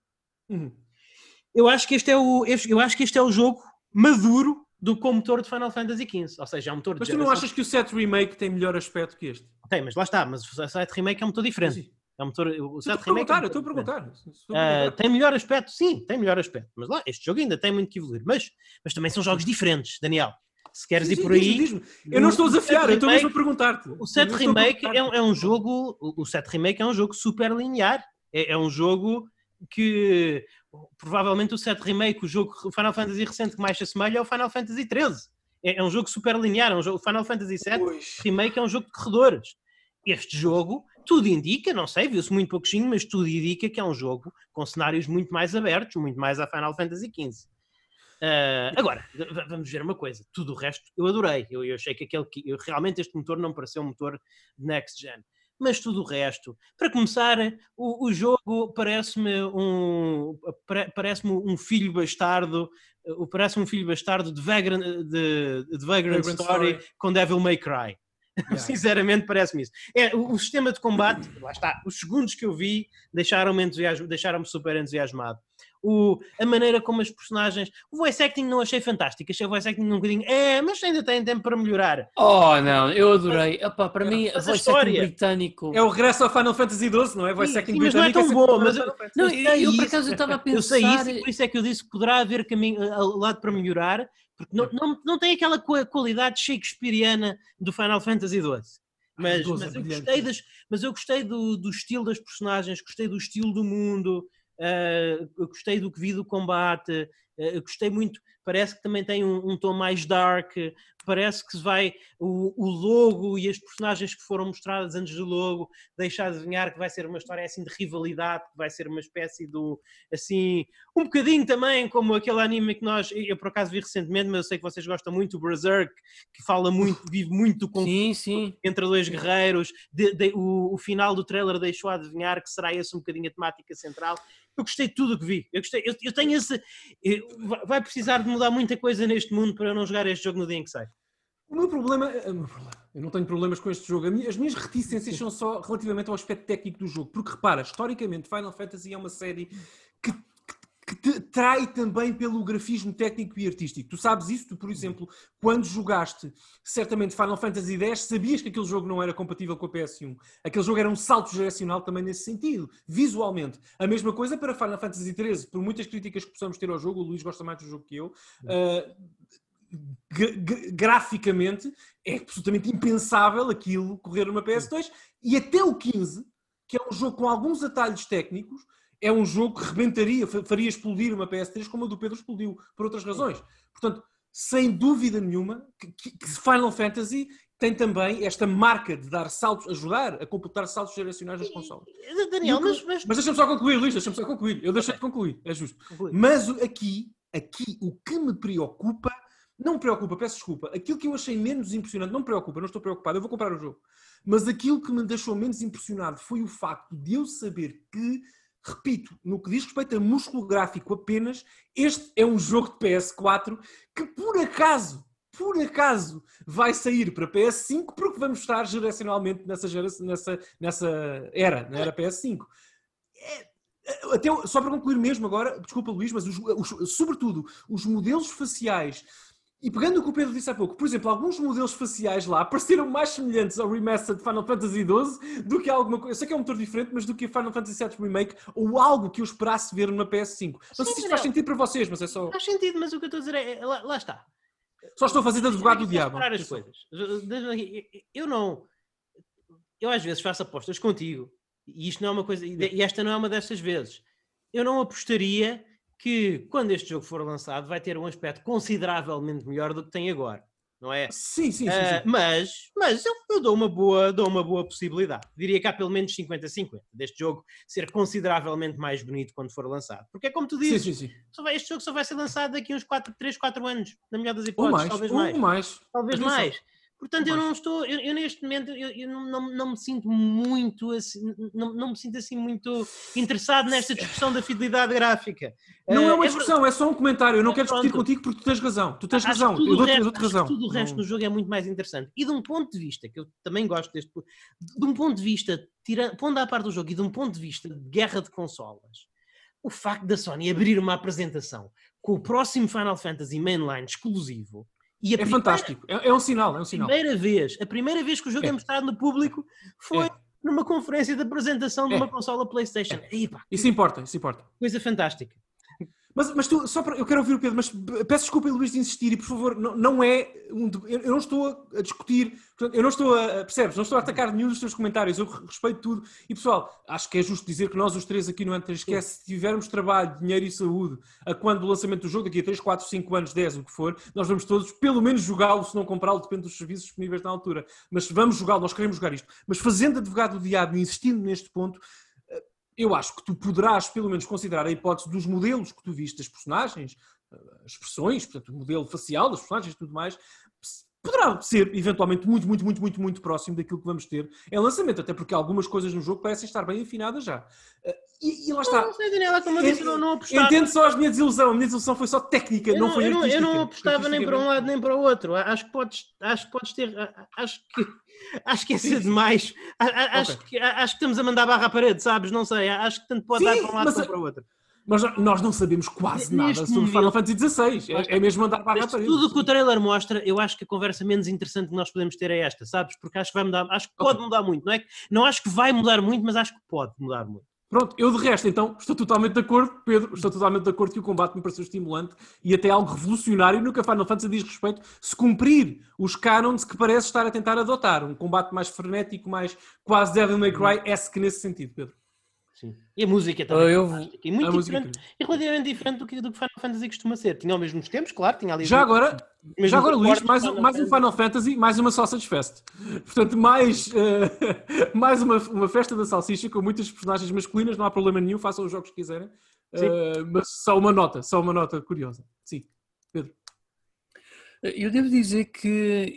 Speaker 1: Eu acho que este é o jogo maduro com o motor de Final Fantasy XV. Ou seja, é um motor de
Speaker 2: Mas tu não achas que o 7 Remake tem melhor aspecto que este?
Speaker 1: Tem, mas lá está. Mas o 7 Remake é um motor diferente.
Speaker 2: Sim.
Speaker 1: É um motor, o 7
Speaker 2: Remake
Speaker 1: Remake
Speaker 2: estou a perguntar.
Speaker 1: Tem melhor aspecto? Sim, tem melhor aspecto. Mas lá, este jogo ainda tem muito que evoluir. Mas também são jogos diferentes, Daniel. Se queres ir por aí...
Speaker 2: Diz-me. Eu não estou a desafiar, eu estou mesmo a perguntar-te.
Speaker 1: O 7 Remake é um jogo... O 7 Remake é um jogo super linear. É um jogo que... Provavelmente o 7 Remake, o Final Fantasy recente que mais se assemelha é o Final Fantasy XIII. É um jogo super linear. O Final Fantasy VII Remake é um jogo de corredores. Este jogo, tudo indica, não sei, viu-se muito pouquinho, mas tudo indica que é um jogo com cenários muito mais abertos, muito mais a Final Fantasy XV. Agora, vamos ver uma coisa. Tudo o resto eu adorei. Eu achei que realmente este motor não pareceu um motor de next gen. Mas tudo o resto, para começar, o jogo parece-me um filho bastardo, de Vagrant Story com Devil May Cry. Yeah. Sinceramente parece-me isso. O sistema de combate, lá está, os segundos que eu vi deixaram-me super entusiasmado. A maneira como as personagens... O voice acting não achei fantástico, achei o voice acting um bocadinho... mas ainda tem tempo para melhorar.
Speaker 3: Oh, não, eu adorei. Opa, para mim, o voice acting britânico...
Speaker 2: É o regresso ao Final Fantasy XII, não é? Voice acting britânico,
Speaker 1: mas não é tão bom. Mas
Speaker 3: eu por acaso estava a pensar...
Speaker 1: Eu sei isso e por isso é que eu disse que poderá haver lado para melhorar, porque não tem aquela qualidade shakespeariana do Final Fantasy XII. Mas eu gostei do estilo das personagens, gostei do estilo do mundo... eu gostei do que vi do combate, gostei muito, parece que também tem um tom mais dark, parece que o logo e as personagens que foram mostradas antes do logo deixa adivinhar que vai ser uma história assim de rivalidade, que vai ser uma espécie do, assim, um bocadinho também como aquele anime que eu por acaso vi recentemente, mas eu sei que vocês gostam muito, o Berserk, que vive muito do conflito entre dois guerreiros. O final do trailer deixou adivinhar que será esse um bocadinho a temática central. Eu gostei de tudo o que vi. Eu tenho esse... Vai precisar de mudar muita coisa neste mundo para eu não jogar este jogo no dia em que sai.
Speaker 2: O meu problema... Eu não tenho problemas com este jogo. As minhas reticências são só relativamente ao aspecto técnico do jogo. Porque, repara, historicamente, Final Fantasy é uma série que te trai também pelo grafismo técnico e artístico. Tu sabes isso? Tu, por exemplo, quando jogaste certamente Final Fantasy X, sabias que aquele jogo não era compatível com a PS1. Aquele jogo era um salto geracional também nesse sentido, visualmente. A mesma coisa para Final Fantasy XIII. Por muitas críticas que possamos ter ao jogo, o Luís gosta mais do jogo que eu, graficamente é absolutamente impensável aquilo correr numa PS2. E até o 15, que é um jogo com alguns atalhos técnicos, é um jogo que rebentaria, faria explodir uma PS3 como a do Pedro explodiu, por outras razões. Portanto, sem dúvida nenhuma, que Final Fantasy tem também esta marca de dar saltos, ajudar a completar saltos geracionais nas consoles.
Speaker 1: Daniel,
Speaker 2: mas deixa-me só concluir, Luís, deixa-me só concluir. Eu deixei-te concluir, é justo. Mas aqui, aqui o que me preocupa, não me preocupa, peço desculpa, aquilo que eu achei menos impressionante, não me preocupa, não estou preocupado, eu vou comprar o jogo, mas aquilo que me deixou menos impressionado foi o facto de eu saber que, repito, no que diz respeito a músculo gráfico apenas, este é um jogo de PS4 que por acaso, vai sair para PS5 porque vamos estar geracionalmente nessa era, na era PS5. Até, só para concluir mesmo agora, desculpa Luís, mas sobretudo os modelos faciais, e pegando o que o Pedro disse há pouco, por exemplo, alguns modelos faciais lá pareceram mais semelhantes ao remaster de Final Fantasy XII do que alguma coisa, eu sei que é um motor diferente, mas do que a Final Fantasy VII Remake ou algo que eu esperasse ver numa PS5. Não sei se isto faz sentido para vocês, mas é só...
Speaker 1: Faz sentido, mas o que eu estou a dizer é... Lá está.
Speaker 2: Só estou a fazer de advogado do diabo.
Speaker 1: As coisas. Eu às vezes faço apostas contigo, e isto não é uma coisa, e esta não é uma destas vezes. Eu não apostaria que quando este jogo for lançado vai ter um aspecto consideravelmente melhor do que tem agora, não é?
Speaker 2: Sim.
Speaker 1: Mas eu dou uma boa possibilidade. Diria que há pelo menos 50-50 deste jogo ser consideravelmente mais bonito quando for lançado. Porque é como tu dizes,
Speaker 2: sim.
Speaker 1: Este jogo só vai ser lançado daqui a uns 3, 4 anos, na melhor das hipóteses, talvez mais. Talvez mais. Portanto, eu não estou, eu neste momento, eu não me sinto muito assim, não me sinto assim muito interessado nesta discussão da fidelidade gráfica.
Speaker 2: Não é uma discussão, é só um comentário. Eu não quero discutir contigo porque tu tens razão. Tu tens razão, eu dou-te razão.
Speaker 1: Tudo o resto do jogo é muito mais interessante. E de um ponto de vista, que eu também gosto de um ponto de vista, pondo à parte do jogo e de um ponto de vista de guerra de consolas, o facto da Sony abrir uma apresentação com o próximo Final Fantasy Mainline exclusivo,
Speaker 2: é fantástico, é um sinal.
Speaker 1: A primeira vez que o jogo é mostrado no público foi numa conferência de apresentação de uma consola PlayStation.
Speaker 2: Isso importa.
Speaker 1: Coisa fantástica.
Speaker 2: Mas tu, eu quero ouvir o Pedro, mas peço desculpa, Luís, de insistir e, por favor, não é eu não estou a discutir, eu não estou percebes? Não estou a atacar nenhum dos teus comentários, eu respeito tudo. E, pessoal, acho que é justo dizer que nós os três aqui no Antena Esquece, se tivermos trabalho, dinheiro e saúde a quando o lançamento do jogo, daqui a 3, 4, 5 anos, 10, o que for, nós vamos todos, pelo menos, jogá-lo, se não comprá-lo, depende dos serviços disponíveis na altura. Mas vamos jogá-lo, nós queremos jogar isto. Mas fazendo advogado do diabo e insistindo neste ponto, eu acho que tu poderás, pelo menos, considerar a hipótese dos modelos que tu viste das personagens, as expressões, portanto, o modelo facial das personagens e tudo mais, poderá ser, eventualmente, muito próximo daquilo que vamos ter em lançamento, até porque algumas coisas no jogo parecem estar bem afinadas já. E lá está.
Speaker 1: Não sei, Daniela, como eu disse, não apostava.
Speaker 2: Entendo só a minha desilusão foi só técnica, não foi artística.
Speaker 1: Eu não apostava nem para um lado nem para o outro. Acho que podes ter... Acho que é ser demais. Acho que estamos a mandar barra à parede, sabes? Não sei. Acho que tanto pode dar para um lado como para o outro.
Speaker 2: Mas nós não sabemos quase nada sobre Final Fantasy XVI. É mesmo mandar barra à parede.
Speaker 1: Tudo o que o trailer mostra, eu acho que a conversa menos interessante que nós podemos ter é esta, sabes? Porque acho que vai mudar, acho que pode mudar muito, não é? Não acho que vai mudar muito, mas acho que pode mudar muito.
Speaker 2: Pronto, eu de resto, então, estou totalmente de acordo, Pedro, estou totalmente de acordo que o combate me pareceu estimulante e até algo revolucionário no que a Final Fantasy diz respeito, se cumprir os canons que parece estar a tentar adotar, um combate mais frenético, mais quase Devil May Cry-esque nesse sentido, Pedro.
Speaker 1: Sim. E a música também e muito diferente, e relativamente diferente do que Final Fantasy costuma ser. Tinha ao mesmo tempos, claro, tinha ali...
Speaker 2: Já agora Luís, mais um Final Fantasy, mais uma Sausage Fest. Portanto, mais uma festa da salsicha com muitas personagens masculinas, não há problema nenhum, façam os jogos que quiserem. Mas só uma nota curiosa. Sim, Pedro.
Speaker 3: Eu devo dizer que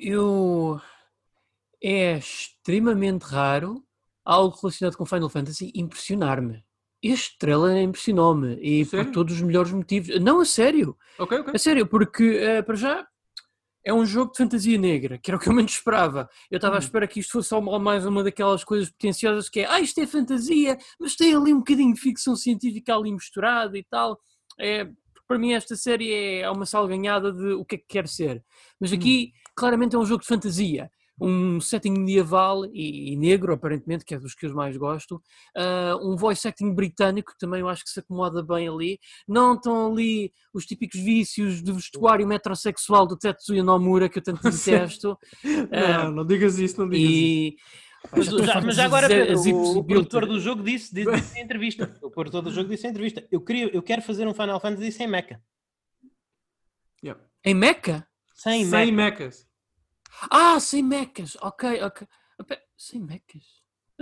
Speaker 3: é extremamente raro algo relacionado com Final Fantasy impressionar-me. Este trailer impressionou-me e por todos os melhores motivos. Não, a sério.
Speaker 2: Ok.
Speaker 3: A sério, porque para já é um jogo de fantasia negra, que era o que eu menos esperava. Eu estava à espera que isto fosse só mais uma daquelas coisas potenciosas que é isto é fantasia, mas tem ali um bocadinho de ficção científica ali misturada e tal. Para mim esta série é uma salganhada de o que é que quer ser. Mas aqui claramente é um jogo de fantasia. Um setting medieval e negro, aparentemente, que é dos que eu mais gosto, um voice acting britânico, que também eu acho que se acomoda bem ali. Não estão ali os típicos vícios do vestuário metrosexual do Tetsuya Nomura, que eu tanto detesto.
Speaker 2: Não digas isso, não digas isso.
Speaker 1: Mas já agora, Pedro, o produtor do jogo disse em entrevista. O produtor do jogo disse em entrevista: eu quero fazer um Final Fantasy sem mecha.
Speaker 2: Yeah.
Speaker 3: Em mecha?
Speaker 2: Sem mechas.
Speaker 3: Sem mechas, ok. Sem mechas.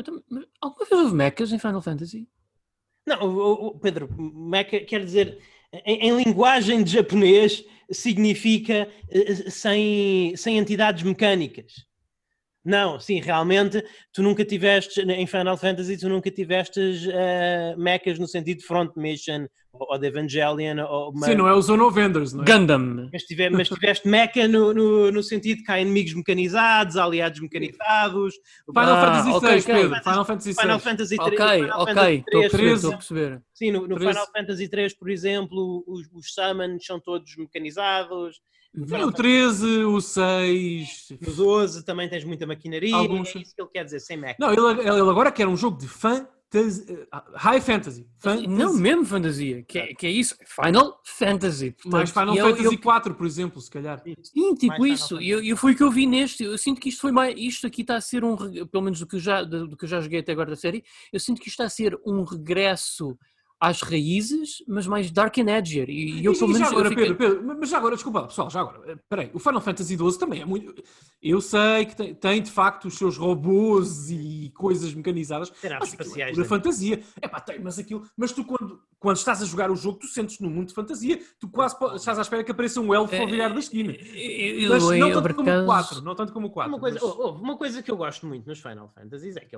Speaker 3: Alguma vez houve mechas em Final Fantasy?
Speaker 1: Não, Pedro, mecha quer dizer em linguagem de japonês, significa sem entidades mecânicas. Não, sim, realmente, tu nunca tiveste, em Final Fantasy, tu nunca tiveste mechas no sentido de Front Mission, ou de Evangelion,
Speaker 2: Sim, não é o Zone of Enders, não é?
Speaker 3: Gundam.
Speaker 1: Mas tiveste mecha no sentido que há inimigos mecanizados, aliados mecanizados.
Speaker 2: Final Fantasy
Speaker 3: ok,
Speaker 2: VI,
Speaker 3: ok.
Speaker 2: Pedro. Final Fantasy VI.
Speaker 1: Final Fantasy 3.
Speaker 3: Ok, estou a perceber,
Speaker 2: 13.
Speaker 3: estou a perceber.
Speaker 1: Sim, no
Speaker 2: 13.
Speaker 1: Final Fantasy 3, por exemplo, os summons são todos mecanizados. No
Speaker 2: Sim,
Speaker 1: Final
Speaker 2: o 13, o 6.
Speaker 1: No 12 também tens muita maquinaria.
Speaker 2: Alguns.
Speaker 1: É isso que ele quer dizer, sem mecha.
Speaker 2: Não, ele agora quer um jogo de high fantasy.
Speaker 3: Não, mesmo fantasia, que é isso, Final Fantasy. Portanto,
Speaker 2: Mais Final Fantasy 4, por exemplo, se calhar.
Speaker 3: Sim, tipo
Speaker 1: Mais
Speaker 3: isso,
Speaker 1: Final
Speaker 3: e foi o que eu vi neste, eu sinto que isto foi mais, isto aqui está a ser pelo menos do que eu já joguei até agora da série, eu sinto que isto está a ser um regresso às raízes, mas mais Dark and Edgier, e eu pelo menos...
Speaker 2: já agora,
Speaker 3: eu fiquei...
Speaker 2: Pedro, mas já agora, desculpa, pessoal, já agora, peraí, o Final Fantasy XII também é muito... Eu sei que tem de facto os seus robôs e coisas mecanizadas, mas
Speaker 1: espaciais,
Speaker 2: é pura fantasia. Mas tu quando estás a jogar o jogo, tu sentes num mundo de fantasia, tu quase estás à espera que apareça um elfo ao virar da esquina. Mas não tanto como o 4, não tanto como o 4.
Speaker 1: Uma coisa que eu gosto muito nos Final Fantasies é que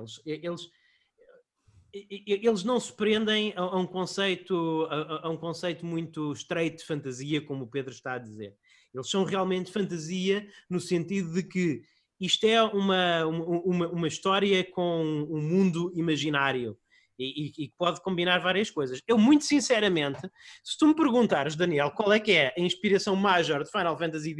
Speaker 1: eles não se prendem a um conceito muito estreito de fantasia, como o Pedro está a dizer. Eles são realmente fantasia no sentido de que isto é uma história com um mundo imaginário e pode combinar várias coisas. Eu, muito sinceramente, se tu me perguntares, Daniel, qual é que é a inspiração major de Final Fantasy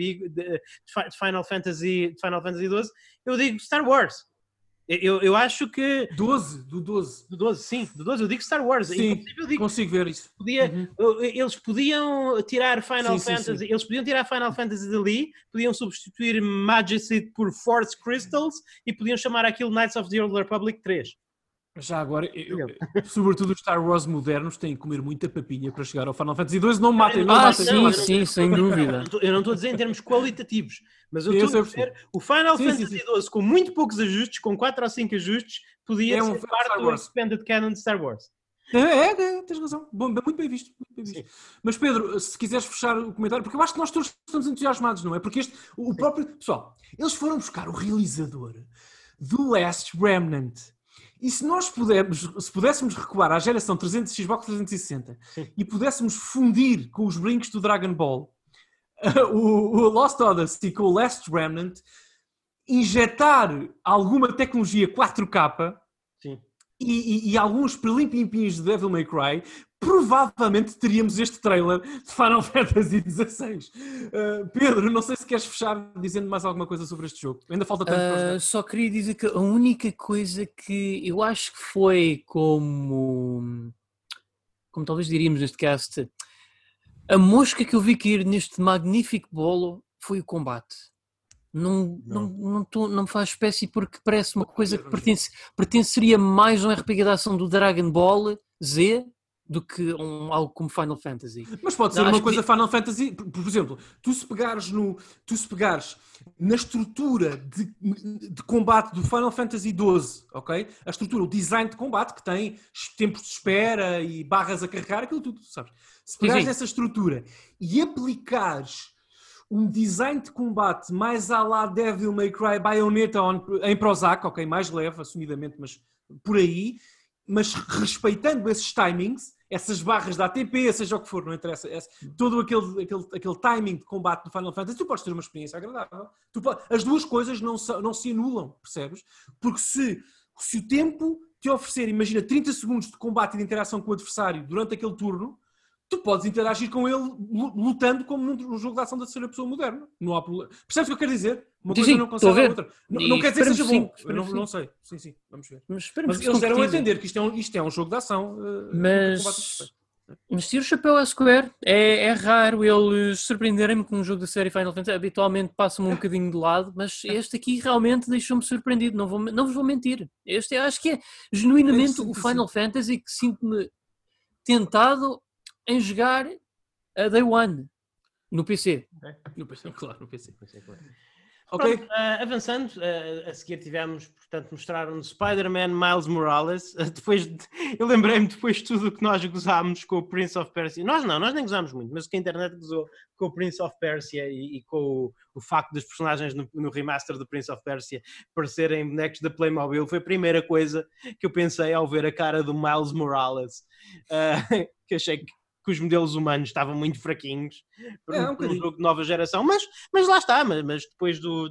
Speaker 1: XII, eu digo Star Wars. Eu acho que...
Speaker 2: Do 12?
Speaker 1: Do 12, sim. Do 12, eu digo Star Wars.
Speaker 2: Sim, consigo ver isso.
Speaker 1: Eles podiam tirar Final Fantasy...
Speaker 2: Sim.
Speaker 1: Eles podiam tirar Final Fantasy dali, podiam substituir Majesty por Force Crystals e podiam chamar aquilo Knights of the Old Republic 3.
Speaker 2: Já agora, sobretudo os Star Wars modernos têm que comer muita papinha para chegar ao Final Fantasy II. Não matem.
Speaker 3: Sim, sem dúvida.
Speaker 1: Eu não estou a dizer em termos qualitativos, mas eu estou a dizer o Final Fantasy XII com muito poucos ajustes, com 4 ou 5 ajustes, podia ser parte do Expanded Canon de Star Wars.
Speaker 2: Tens razão. Bom, muito bem visto. Mas Pedro, se quiseres fechar o comentário, porque eu acho que nós todos estamos entusiasmados, não é? Porque o próprio... Pessoal, eles foram buscar o realizador do Last Remnant. E se nós pudéssemos recuar à geração Xbox 360 e pudéssemos fundir com os brincos do Dragon Ball o Lost Odyssey com o Last Remnant, injetar alguma tecnologia 4K e alguns pelim-pim-pims de Devil May Cry, provavelmente teríamos este trailer de Final Fantasy XVI. Pedro, não sei se queres fechar dizendo mais alguma coisa sobre este jogo. Ainda falta tanto para jogar.
Speaker 3: Só queria dizer que a única coisa que eu acho que foi como talvez diríamos neste cast, a mosca que eu vi cair neste magnífico bolo foi o combate. Não me faz espécie porque parece uma coisa que pertenceria mais a um RPG de ação do Dragon Ball Z do que algo como Final Fantasy.
Speaker 2: Mas pode ser uma coisa Final Fantasy, por exemplo, tu se pegares na estrutura de combate do Final Fantasy XII, ok? A estrutura, o design de combate que tem tempos de espera e barras a carregar, aquilo tudo, sabes? Se pegares essa estrutura e aplicares um design de combate mais à la Devil May Cry, Bayonetta em Prozac, ok? Mais leve, assumidamente, mas por aí, mas respeitando esses timings, essas barras da ATP, seja o que for, não interessa, todo aquele timing de combate do Final Fantasy, tu podes ter uma experiência agradável. As duas coisas não se anulam, percebes? Porque se o tempo te oferecer, imagina, 30 segundos de combate e de interação com o adversário durante aquele turno, tu podes interagir com ele lutando como num jogo de ação da terceira pessoa moderna. Não há problema. Percebes o que eu quero dizer? Uma coisa não cancela a outra. Não quer dizer que seja bom. Não sei. Sim, vamos ver. Mas eles deram a entender que isto é um jogo de ação.
Speaker 3: Mas tiro o chapéu à Square. É raro eles surpreenderem-me com um jogo da série Final Fantasy. Habitualmente passam-me um bocadinho de lado, mas este aqui realmente deixou-me surpreendido. Não vos vou mentir. Este acho que é genuinamente o Final Fantasy que sinto-me tentado em jogar a Day One no PC.
Speaker 2: No PC, claro, no PC. Ok?
Speaker 1: Pronto, avançando, a seguir tivemos, portanto, mostraram-nos Spider-Man Miles Morales. Eu lembrei-me depois de tudo o que nós gozámos com o Prince of Persia. Nós nem gozámos muito, mas o que a internet gozou com o Prince of Persia e com o facto dos personagens no remaster do Prince of Persia parecerem bonecos da Playmobil foi a primeira coisa que eu pensei ao ver a cara do Miles Morales, que achei que os modelos humanos estavam muito fraquinhos para um
Speaker 2: bocadinho.
Speaker 1: jogo de nova geração, mas lá está, mas depois do